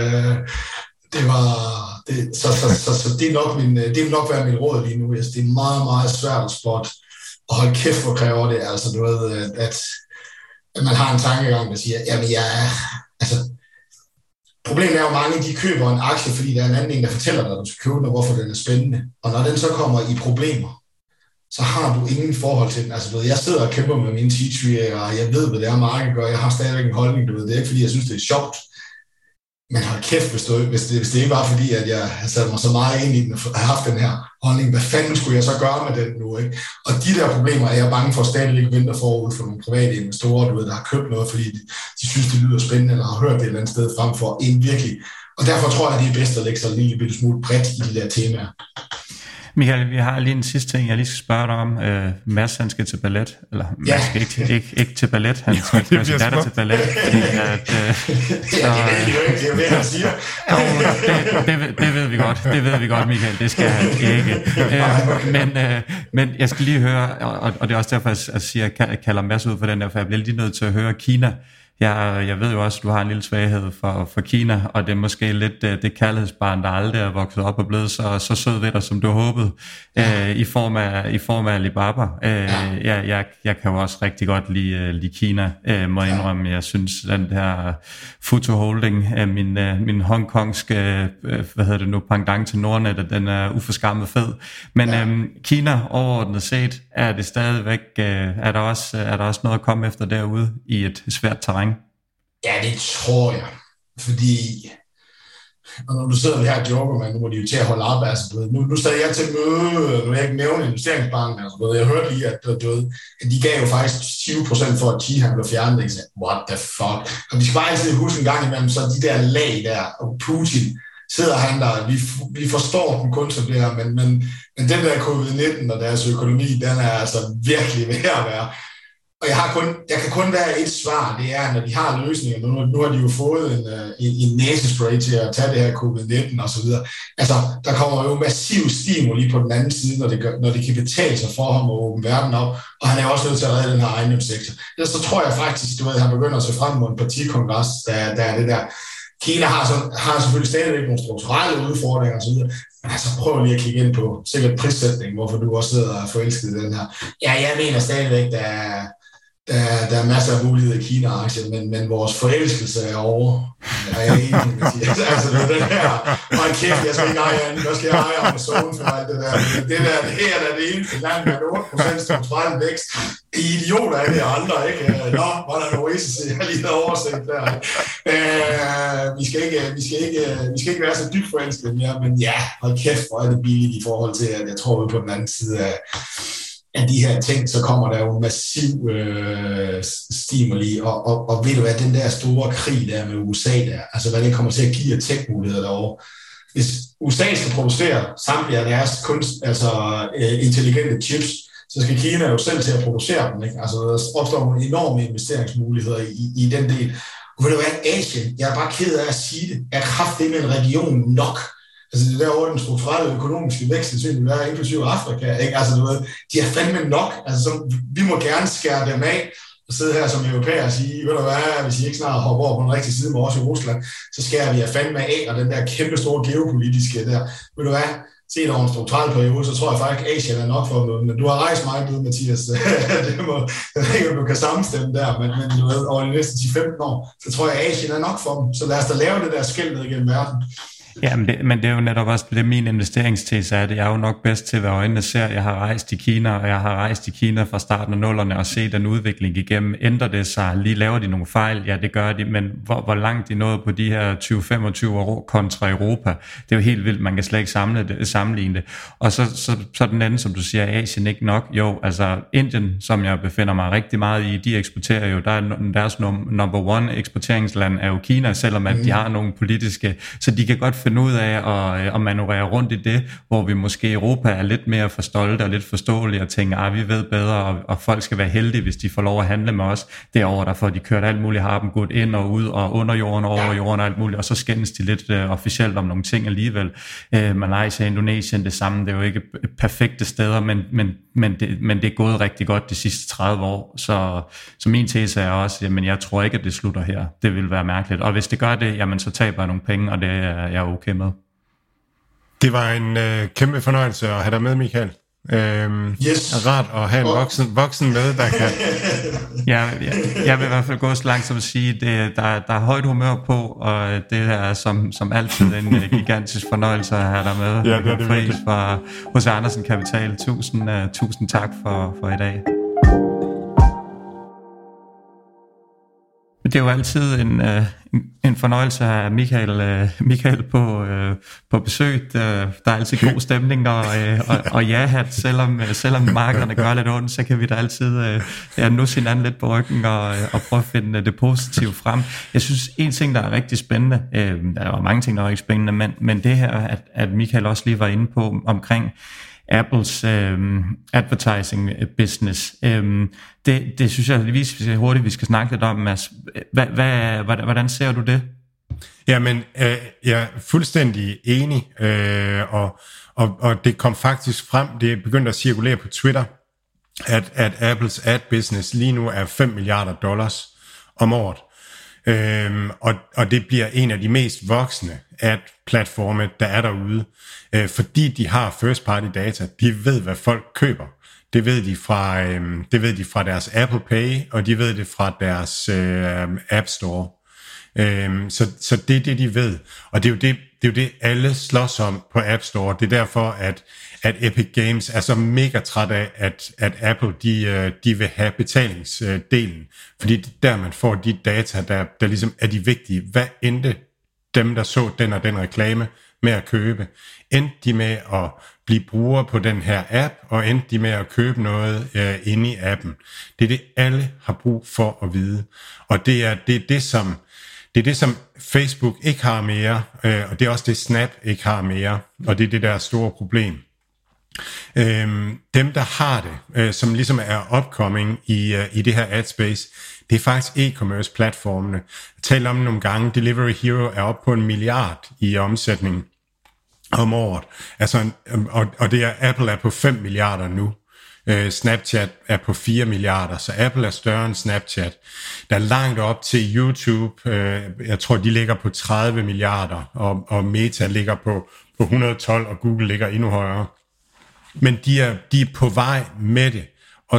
Så det vil nok være mit råd lige nu. Det er meget, meget svært at spotte. Og hold kæft, hvor kræver det. Altså, du ved, at man har en tankegang, der siger, jamen problemet er jo mange, de køber en aktie, fordi der er en anden, der fortæller dig, at du skal købe den, og hvorfor den er spændende. Og når den så kommer i problemer, så har du ingen forhold til den. Altså, jeg sidder og kæmper med mine teacher, og jeg ved, hvad det er, markedet gør. Jeg har stadigvæk en holdning, du ved. Det er ikke, fordi jeg synes, det er sjovt. Men hold kæft, hvis det ikke var, fordi at jeg har sat mig så meget ind i den, og har haft den her holdning, hvad fanden skulle jeg så gøre med den nu, ikke? Og de der problemer er jeg bange for stadigvæk venter forud for nogle private investorer, du ved, der har købt noget, fordi de synes, det lyder spændende, eller har hørt det et eller andet sted frem for en virkelig. Og derfor tror jeg, det er bedst at lægge sig en lille smule bredt i de der temaer. Michael, vi har lige en sidste ting, jeg lige skal spørge dig om. Mads, han skal til ballet, eller Mads skal ikke til ballet, han skal køre sin datter til ballet. Det er jo det, han siger. Det ved vi godt, Michael, det skal han ikke. Men jeg skal lige høre, og det er også derfor, jeg siger, at jeg kalder Mads ud for den der, for jeg bliver lige nødt til at høre Kina. Jeg ved jo også, at du har en lille svaghed for Kina, og det er måske lidt det kærlighedsbarn, der aldrig er vokset op og blevet så sød ved dig, som du håbede, i form af Alibaba. Jeg kan jo også rigtig godt lide Kina, må jeg indrømme. Jeg synes, den der Futu Holding, min hongkongske, pendant til Nordnet, den er uforskammet fed. Men Kina overordnet set, er det stadigvæk, er der også noget at komme efter derude i et svært terræn? Ja, det tror jeg. Fordi, og når du sidder her og joker, man, nu må de jo til at holde op. Altså, nu stadig jeg til møde, nu vil jeg ikke nævne investeringsbanken. Altså, jeg hørte lige, at de gav jo faktisk 20% for, at Qihan blev fjernet. Jeg sagde, what the fuck? Og vi skal bare altid huske en gang imellem, så de der lag der, og Putin, sidder han der, vi forstår dem kun som det her, men den der COVID-19 og deres økonomi, den er altså virkelig ved at være. Og jeg kan kun være et svar, det er, når de har løsninger. Nu har de jo fået en næsespray til at tage det her COVID-19 og så videre. Altså, der kommer jo massiv stimuli på den anden side, når det kan betale sig for ham at åbne verden op. Og han er også nødt til at redde den her ejendomssektor. Så tror jeg faktisk, han begynder at se frem mod en partikongres, der er det der. Kina har selvfølgelig stadigvæk nogle strukturelle udfordringer og så videre. Men altså, prøv lige at kigge ind på sikkert prissætning, hvorfor du også sidder og forelsket i den her. Ja, jeg mener stadigvæk, Der er masser af muligheder i Kina-aktien, men vores forelskelse er over. Jeg er enig med Mathias. Altså, det er den her, hold kæft, jeg skal ikke eje andet, hvad skal jeg eje Amazon for alt det der. Det her er det eneste land med 8% strukturel vækst. Idioter er det andre, ikke? Nå, var der noget racist, jeg lige havde overset der. Vi skal ikke være så dybt forelskede mere, men ja, hold kæft, hvor er det billigt i forhold til, at jeg tror, på den anden side af de her ting, så kommer der jo massiv stimuli, og ved du hvad, den der store krig der med USA der, altså hvad det kommer til at give af tech-muligheder derovre. Hvis USA skal producere samtlige af deres intelligente chips, så skal Kina jo selv til at producere dem, ikke? Altså der opstår nogle enorme investeringsmuligheder i den del. Og ved du hvad, Asien, jeg er bare ked af at sige det, er kraftedeme en region nok. Altså det derovre, den strukturelle økonomiske vækst, det vil være inklusive Afrika, ikke? Altså du ved, de er fandme nok. Altså så, vi må gerne skære dem af og sidde her som europæer og sige, ved du hvad, hvis I ikke snart hopper over på den rigtige side med os i Rusland, så skærer vi jer fandme af, og den der kæmpe store geopolitiske der, ved du hvad, set over en strukturel periode, så tror jeg faktisk, at Asien er nok for noget. Men du har rejst meget ud, Mathias. Jeg ved ikke, om du kan sammenstemme der, men du ved, over de næste 10-15 år, så tror jeg, at Asien er nok for dem. Så lad os da lave det der skel ned gennem verden. Ja, men det er jo netop også det, min investeringstese er. Det er jo nok bedst til, hvad øjnene ser. Jeg har rejst i Kina, og jeg har rejst i Kina fra starten af nullerne og set den udvikling igennem. Ændrer det sig? Lige laver de nogle fejl? Ja, det gør de, men hvor langt de nåede på de her 20-25 år kontra Europa, det er jo helt vildt. Man kan slet ikke sammenligne det. Og så den anden, som du siger, Asien ikke nok. Jo, altså Indien, som jeg befinder mig rigtig meget i, de eksporterer jo. Deres number one eksporteringsland er jo Kina, selvom at de har nogle politiske, så de kan godt finde ud af at manøvrere rundt i det, hvor vi måske i Europa er lidt mere for stolte og lidt forståelige og tænker, vi ved bedre, og folk skal være heldige, hvis de får lov at handle med os. Derovre, der får de kørt alt muligt, har dem gået ind og ud og under jorden, over jorden og alt muligt, og så skændes de lidt officielt om nogle ting alligevel. Malaysia, Indonesien, det samme, det er jo ikke perfekte steder, men det er gået rigtig godt de sidste 30 år, så min tese er også, jamen jeg tror ikke, at det slutter her. Det vil være mærkeligt, og hvis det gør det, jamen så taber jeg nogle penge, og det er jeg okay med. Det var en kæmpe fornøjelse at have dig med, Michael. Yes. Rart at have en voksen med, der kan... Jeg vil i hvert fald gå så langt som at sige, der er højt humør på, og det er som altid en gigantisk fornøjelse at have dig med. Ja, det er det fra H.C. Andersen Kapital. Tusind tak for i dag. Det er jo altid en fornøjelse at have Michael på besøg. Der er altid god stemning, og ja-hat, selvom markederne gør lidt ondt, så kan vi da altid nusse hinanden lidt på ryggen og prøve at finde det positive frem. Jeg synes, en ting, der er rigtig spændende, der er mange ting, der er rigtig spændende, men det her, at Michael også lige var inde på omkring Apples advertising business. Det synes jeg lige hurtigt, vi skal snakke lidt om, Mads. Hvordan ser du det? Jamen, jeg er fuldstændig enig, og det kom faktisk frem, det begyndte at cirkulere på Twitter, at Apples ad business lige nu er $5 milliarder om året. Og det bliver en af de mest voksne ad-platforme, der er derude, fordi de har first party data. De ved, hvad folk køber. Det ved de fra deres Apple Pay, og de ved det fra deres App Store. Så det er det, de ved. Og det er jo det, alle slås om på App Store. Det er derfor, at Epic Games er så mega træt af, at Apple de vil have betalingsdelen. Fordi det er der, man får de data, der ligesom er de vigtige. Hvad endte dem, der så den og den reklame med at købe? Endte de med at blive brugere på den her app, og endte de med at købe noget inde i appen? Det er det, alle har brug for at vide. Og det er det, som Facebook ikke har mere, og det er også det, Snap ikke har mere, og det er det der store problem. Dem, der har det, som ligesom er upcoming i det her ad space, det er faktisk e-commerce platformene. Jeg talte om nogle gange, Delivery Hero er oppe på 1 milliard i omsætning om året. Altså, og det er, Apple er på 5 milliarder nu. Snapchat er på 4 milliarder, så Apple er større end Snapchat. Der er langt op til YouTube. Jeg tror, de ligger på 30 milliarder, og Meta ligger på 112, og Google ligger endnu højere. Men de er på vej med det, Og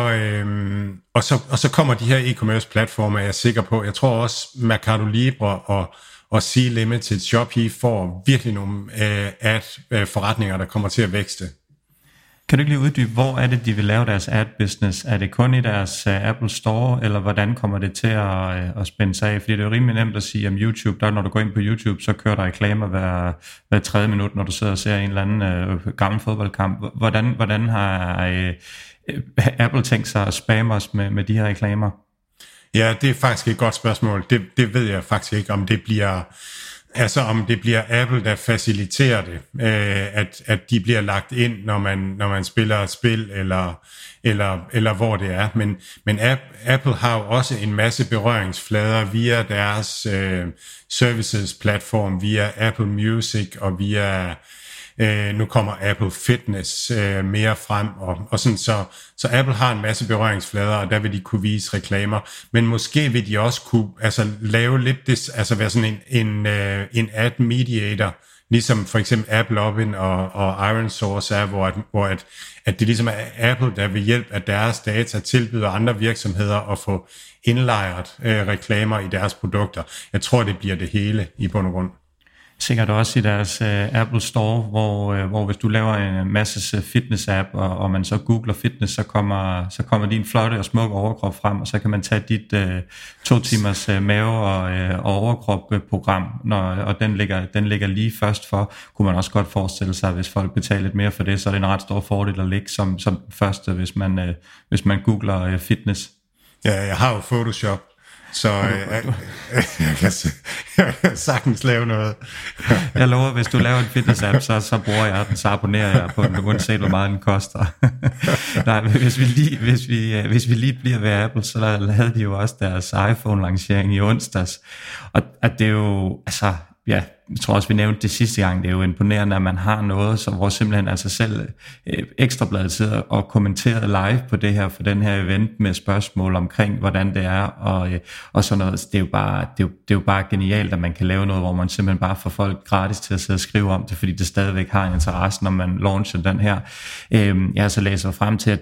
så kommer de her e-commerce platforme, er jeg sikker på. Jeg tror også Mercado Libre og Sea Limited, Shopee får virkelig nogle ad-forretninger, der kommer til at vækste. Kan du ikke lige uddybe, hvor er det, de vil lave deres ad-business? Er det kun i deres Apple Store, eller hvordan kommer det til at spænde sig af? Fordi det er jo rimelig nemt at sige, om YouTube, der når du går ind på YouTube, så kører der reklamer hver 3. minut, når du sidder og ser en eller anden gammel fodboldkamp. Hvordan har Apple tænkt sig at spamme os med de her reklamer? Ja, det er faktisk et godt spørgsmål. Det ved jeg faktisk ikke, om det bliver... Altså om det bliver Apple, der faciliterer det, at de bliver lagt ind, når man spiller et spil, eller hvor det er. Men Apple har jo også en masse berøringsflader via deres services-platform, via Apple Music og via... nu kommer Apple Fitness mere frem, og sådan, så Apple har en masse berøringsflader, og der vil de kunne vise reklamer, men måske vil de også kunne lave lidt det, være sådan en ad mediator, ligesom for eksempel Apple Open og IronSource er, hvor at det ligesom er Apple, der ved hjælp af deres data tilbyder andre virksomheder at få indlejret reklamer i deres produkter. Jeg tror, det bliver det hele i bund og grund. Sikkert også i deres Apple Store, hvor hvis du laver en masse fitness-app, og man så googler fitness, så kommer din flotte og smukke overkrop frem, og så kan man tage dit 2 timers mave- og overkrop-program, og den ligger lige først for. Kunne man også godt forestille sig, hvis folk betaler lidt mere for det, så er det en ret stor fordel at ligge som første, hvis man googler fitness. Ja, jeg har jo Photoshop. Så jeg kan sagtens lave noget. Jeg lover, hvis du laver en fitness-app, så bruger jeg den, så abonnerer jeg på den, uanset hvor meget den koster. Nej, hvis vi lige bliver ved Apple, så havde de jo også deres iPhone-lancering i onsdags. Og det er jo, altså... Ja, jeg tror også, vi nævnte det sidste gang, det er jo imponerende, at man har noget, hvor simpelthen altså selv Ekstrabladet sidder og kommenterer live på det her, for den her event med spørgsmål omkring, hvordan det er, og sådan noget. Det er jo bare genialt, at man kan lave noget, hvor man simpelthen bare får folk gratis til at sidde og skrive om det, fordi det stadigvæk har en interesse, når man launcher den her. Jeg så læser frem til, at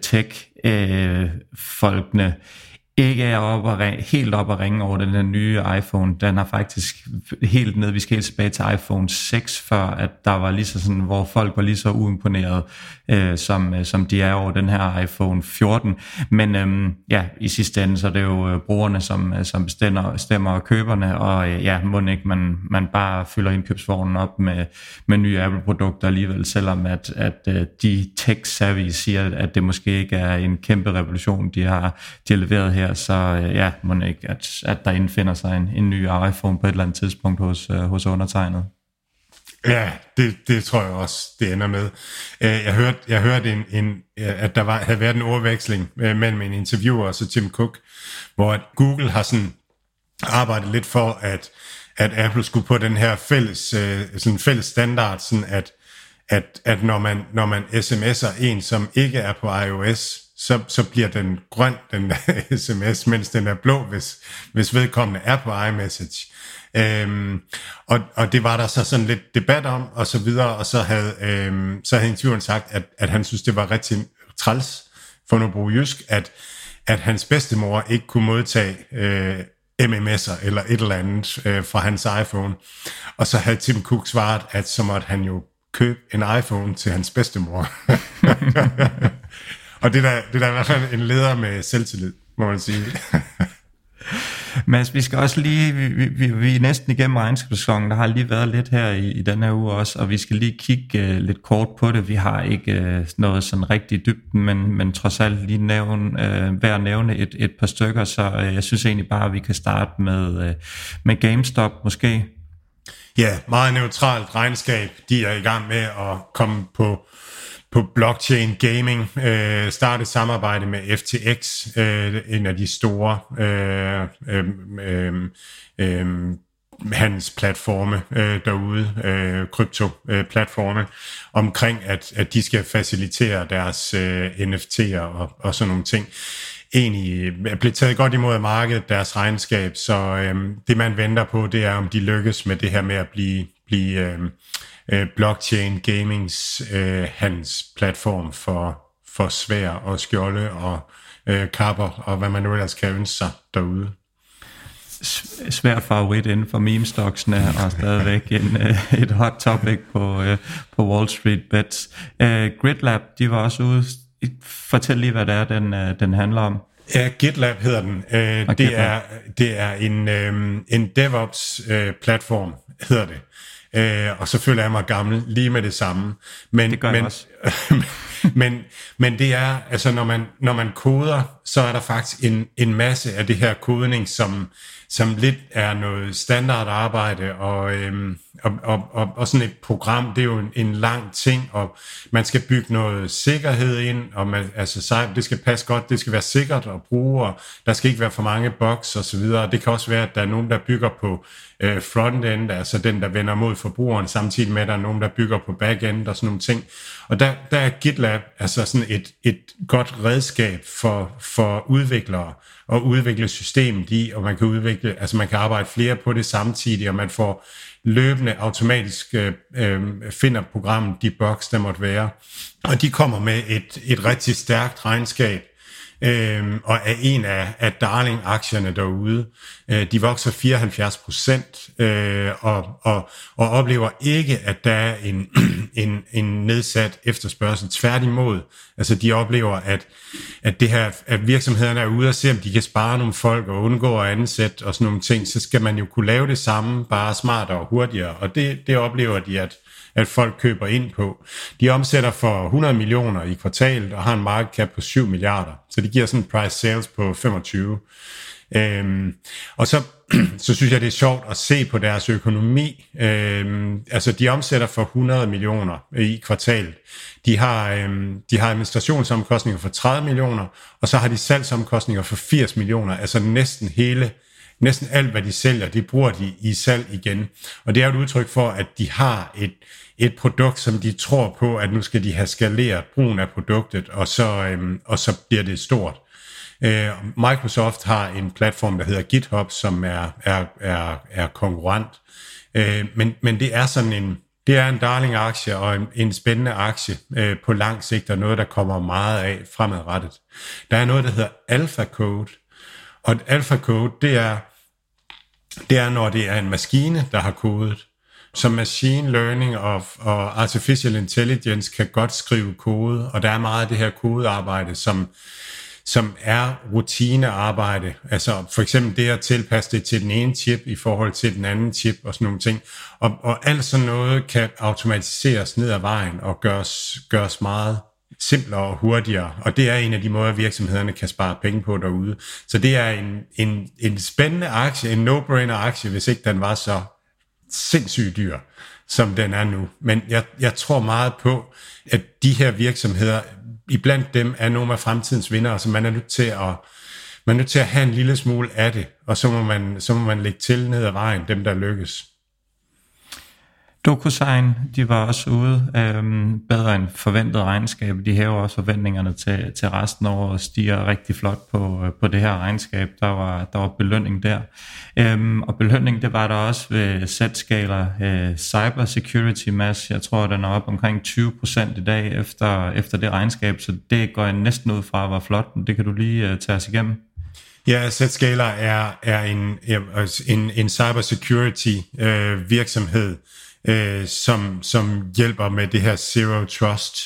tech-folkene ikke er helt op at ringe over den her nye iPhone. Den har faktisk helt ned, vi skal helt tilbage til iPhone 6, før at der var lige så sådan, hvor folk var lige så uimponeret, som de er over den her iPhone 14. Men ja, i sidste ende, så er det jo brugerne, som bestemmer køberne, og må ikke man bare fylder indkøbsvognen op med nye Apple-produkter alligevel, selvom at de tech-savvy siger, at det måske ikke er en kæmpe revolution, de har leveret her, så må ikke, at der indfinder sig en ny iPhone på et eller andet tidspunkt hos undertegnet. Ja, det tror jeg også, det ender med. Jeg hørte at der havde været en ordveksling mellem en interviewer og så Tim Cook, hvor Google har sådan arbejdet lidt for, at Apple skulle på den her fælles standard, sådan at når man sms'er en, som ikke er på iOS, så bliver den grøn, den der sms, mens den er blå, hvis vedkommende er på iMessage. Og det var der så sådan lidt debat om, og så videre, og så havde intervieweren sagt, at han synes, det var rigtig træls, for nu at bruge jysk, at hans bedstemor ikke kunne modtage MMS'er eller et eller andet fra hans iPhone. Og så havde Tim Cook svaret, at så måtte han jo købe en iPhone til hans bedstemor. Og det er i hvert fald en leder med selvtillid, må man sige. Mads, vi skal også lige, vi er næsten igennem regnskabssæsonen, der har lige været lidt her i denne her uge også, og vi skal lige kigge lidt kort på det. Vi har ikke noget sådan rigtig dybden, men trods alt lige værd at nævne et par stykker, så jeg synes egentlig bare, at vi kan starte med GameStop måske. Ja, meget neutralt regnskab. De er i gang med at komme på blockchain gaming, starte samarbejde med FTX, en af de store handelsplatforme derude, kryptoplatforme, omkring at de skal facilitere deres NFT'er og sådan nogle ting. Egentlig er blevet taget godt imod af markedet, deres regnskab, så det man venter på, det er om de lykkes med det her med at blive blockchain gamings handelsplatform for svær og skjolde og kapper og hvad man nu ellers kan ønske sig derude. Svær favorit inden for meme-stocksene, og stadigvæk et hot topic på Wall Street Bets. GitLab, de var også ude. Fortæl lige, hvad det er, den handler om. Ja, GitLab hedder den. Det er en DevOps-platform, hedder det. Og så føler jeg mig gammel lige med det samme. Det gør jeg også. men det er, altså når man koder, så er der faktisk en masse af det her kodning, som lidt er noget standardarbejde, og sådan et program, det er jo en lang ting, og man skal bygge noget sikkerhed ind, og det skal passe godt, det skal være sikkert at bruge, og der skal ikke være for mange bugs og så videre. Det kan også være, at der er nogen, der bygger på frontend, altså den, der vender mod forbrugeren, samtidig med, at der er nogen, der bygger på backend og sådan nogle ting. Og der er GitLab altså sådan et godt redskab for udviklere og udvikle systemet i, og man kan udvikle, altså man kan arbejde flere på det samtidig, og man får løbende automatisk finder programmet de bugs, der måtte være. Og de kommer med et rigtig stærkt regnskab, og er en af darling-aktierne derude. De vokser 74%, og oplever ikke, at der er en nedsat efterspørgsel. Tværtimod, altså de oplever, at virksomhederne er ude og se, om de kan spare nogle folk og undgå at ansætte og sådan nogle ting, så skal man jo kunne lave det samme, bare smartere og hurtigere. Og det oplever de, at folk køber ind på. De omsætter for 100 millioner i kvartalet og har en market cap på 7 milliarder. Så det giver sådan en price sales på 25. Og så synes jeg, det er sjovt at se på deres økonomi. Altså de omsætter for 100 millioner i kvartalet. De har administrationsomkostninger for 30 millioner, og så har de salgsomkostninger for 80 millioner. Altså næsten alt, hvad de sælger, det bruger de i salg igen. Og det er et udtryk for, at de har et produkt, som de tror på, at nu skal de have skaleret brugen af produktet, og så bliver det stort. Microsoft har en platform, der hedder GitHub, som er konkurrent. Men det er sådan det er en darling-aktie og en spændende aktie på lang sigt, og noget, der kommer meget af fremadrettet. Der er noget, der hedder AlphaCode, og AlphaCode, det er, når det er en maskine, der har kodet. Så machine learning og artificial intelligence kan godt skrive kode, og der er meget af det her kodearbejde, som er rutinearbejde. Altså for eksempel det at tilpasse det til den ene chip i forhold til den anden chip og sådan nogle ting. Og alt sådan noget kan automatiseres ned ad vejen og gøres meget simplere og hurtigere, og det er en af de måder, virksomhederne kan spare penge på derude. Så det er en spændende aktie, en no-brainer aktie, hvis ikke den var så sindssygt dyr, som den er nu. Men jeg tror meget på, at de her virksomheder, iblandt dem er nogle af fremtidens vindere, så man er nødt til at have en lille smule af det, og så må man lægge til ned ad vejen, dem der lykkes. DocuSign, de var også ude bedre end forventet regnskab. De hæver også forventningerne til resten af året og stiger rigtig flot på det her regnskab. Der var belønning der. Og belønning, det var der også ved Zscaler Cyber Security Mass. Jeg tror, den er op omkring 20% i dag efter det regnskab, så det går jeg næsten ud fra at var flot. Det kan du lige tage os igennem. Ja, Zscaler er en cybersecurity virksomhed, som hjælper med det her Zero Trust,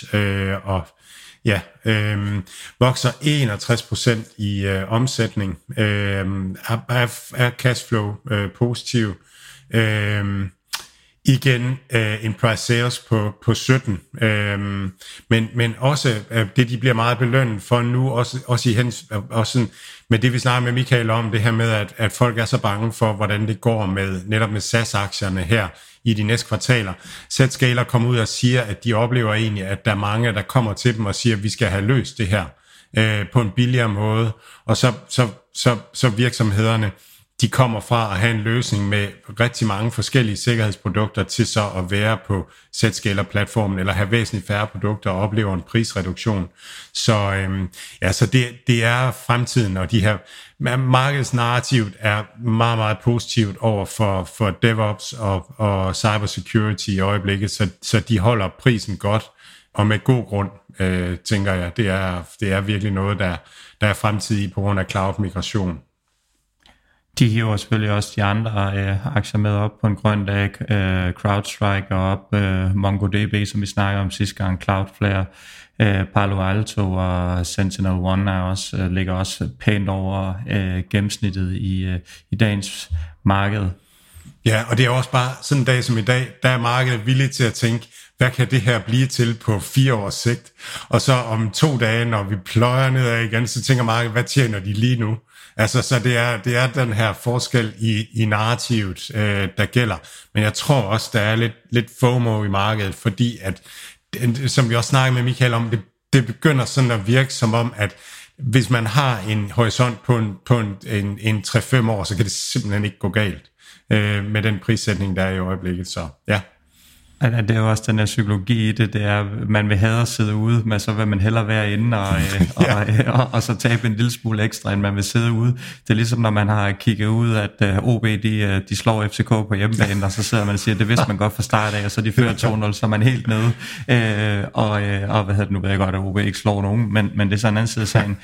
vokser 61% i omsætning, er cashflow positiv, igen en price sales på 17, men også det, de bliver meget belønnet for nu, også med det, vi snakker med Michael om, det her med, at folk er så bange for, hvordan det går netop med SAS-aktierne her i de næste kvartaler. Zscaler kommer ud og siger, at de oplever egentlig, at der er mange, der kommer til dem og siger, at vi skal have løst det her på en billigere måde, og så virksomhederne, de kommer fra at have en løsning med rigtig mange forskellige sikkerhedsprodukter til så at være på Zscaler-platformen eller have væsentligt færre produkter og oplever en prisreduktion. Så det er fremtiden, og de her markedsnarrativt er meget, meget positivt over for DevOps og cybersecurity i øjeblikket, så de holder prisen godt og med god grund, tænker jeg. Det er virkelig noget, der er fremtidigt på grund af cloud-migration. De hiver selvfølgelig også de andre aktier med op på en grøn dag. CrowdStrike og op, MongoDB, som vi snakker om sidste gang, Cloudflare, Palo Alto og SentinelOne ligger også pænt over gennemsnittet i dagens marked. Ja, og det er også bare sådan en dag som i dag, der er markedet villig til at tænke, hvad kan det her blive til på 4 års sigt? Og så om 2 dage, når vi pløjer nedad igen, så tænker markedet, hvad tjener de lige nu? Altså, så det er den her forskel i narrativet, der gælder. Men jeg tror også, der er lidt FOMO i markedet, fordi at, som vi også snakkede med Michael om, det begynder sådan at virke som om, at hvis man har en horisont på en 3-5 år, så kan det simpelthen ikke gå galt med den prissætning, der er i øjeblikket. Så ja. Det er jo også den her psykologi i det, det er, man vil hellere sidde ude, men så vil man hellere være inde og så tabe en lille smule ekstra, end man vil sidde ude. Det er ligesom, når man har kigget ud, at OB, de slår FCK på hjemmebane, og så sidder man og siger, det vidste man godt fra start af, og så de fører 2-0, så er man helt nede. Og hvad hedder det nu, ved jeg godt, at OB ikke slår nogen, men det er sådan en anden side af sagen.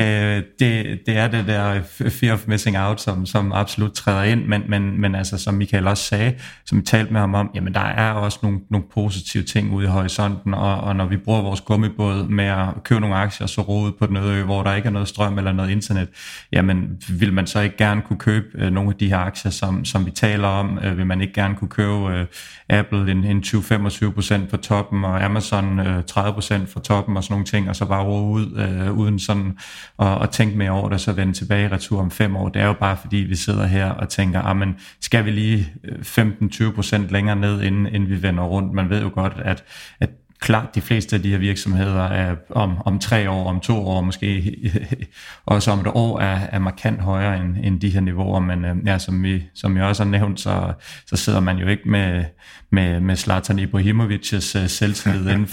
Det er det der fear of missing out, som absolut træder ind, men altså, som Michael også sagde, som vi talte med ham om, jamen der er også nogle positive ting ude i horisonten, og når vi bruger vores gummibåd med at købe nogle aktier, så rode på den øde ø, hvor der ikke er noget strøm eller noget internet, jamen vil man så ikke gerne kunne købe nogle af de her aktier, som vi taler om? Vil man ikke gerne kunne købe Apple en 20-25% på toppen, og Amazon 30% for toppen, og sådan nogle ting, og så bare rode ud, uden sådan at tænke mere over det, så vende tilbage i retur om 5 år. Det er jo bare fordi, vi sidder her og tænker, men skal vi lige 15-20% længere ned, inden vi vender rundt. Man ved jo godt, at klart de fleste af de her virksomheder er om 3 år, om 2 år, måske også om et år er markant højere end de her niveauer, men ja, som jeg også har nævnt, så sidder man jo ikke med Zlatan Ibrahimovic's selvtillid inden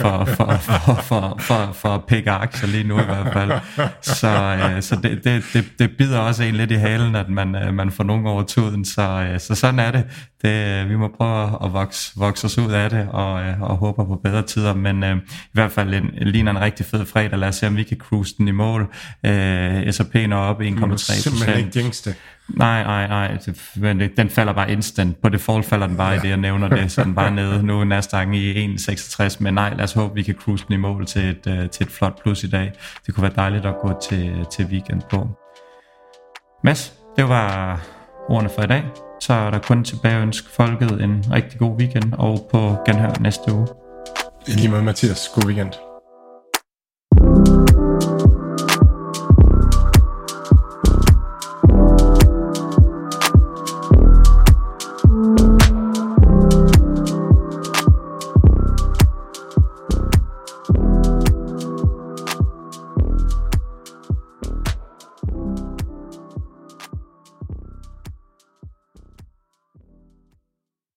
for at pikke aktier lige nu i hvert fald. Så det bider også en lidt i halen, at man får nogle over tuden, så sådan er det. Vi må prøve at vokse os ud af det og håber på bedre tider, men i hvert fald ligner en rigtig fed fredag. Lad os se, om vi kan cruise den i mål. S&P'en er oppe 1,3%. Simpelthen ikke gængste. Nej, den falder bare instant. På default falder den bare i det, jeg nævner det, så den bare nede. Nu er Nasdaq'en i 1,66, men nej, lad os håbe, vi kan cruise den i mål til et flot plus i dag. Det kunne være dejligt at gå til weekend på. Mads, det var ordene for i dag. Så er der kun tilbage at ønske folket en rigtig god weekend, og på genhør næste uge. I lige måde, Mathias. God weekend.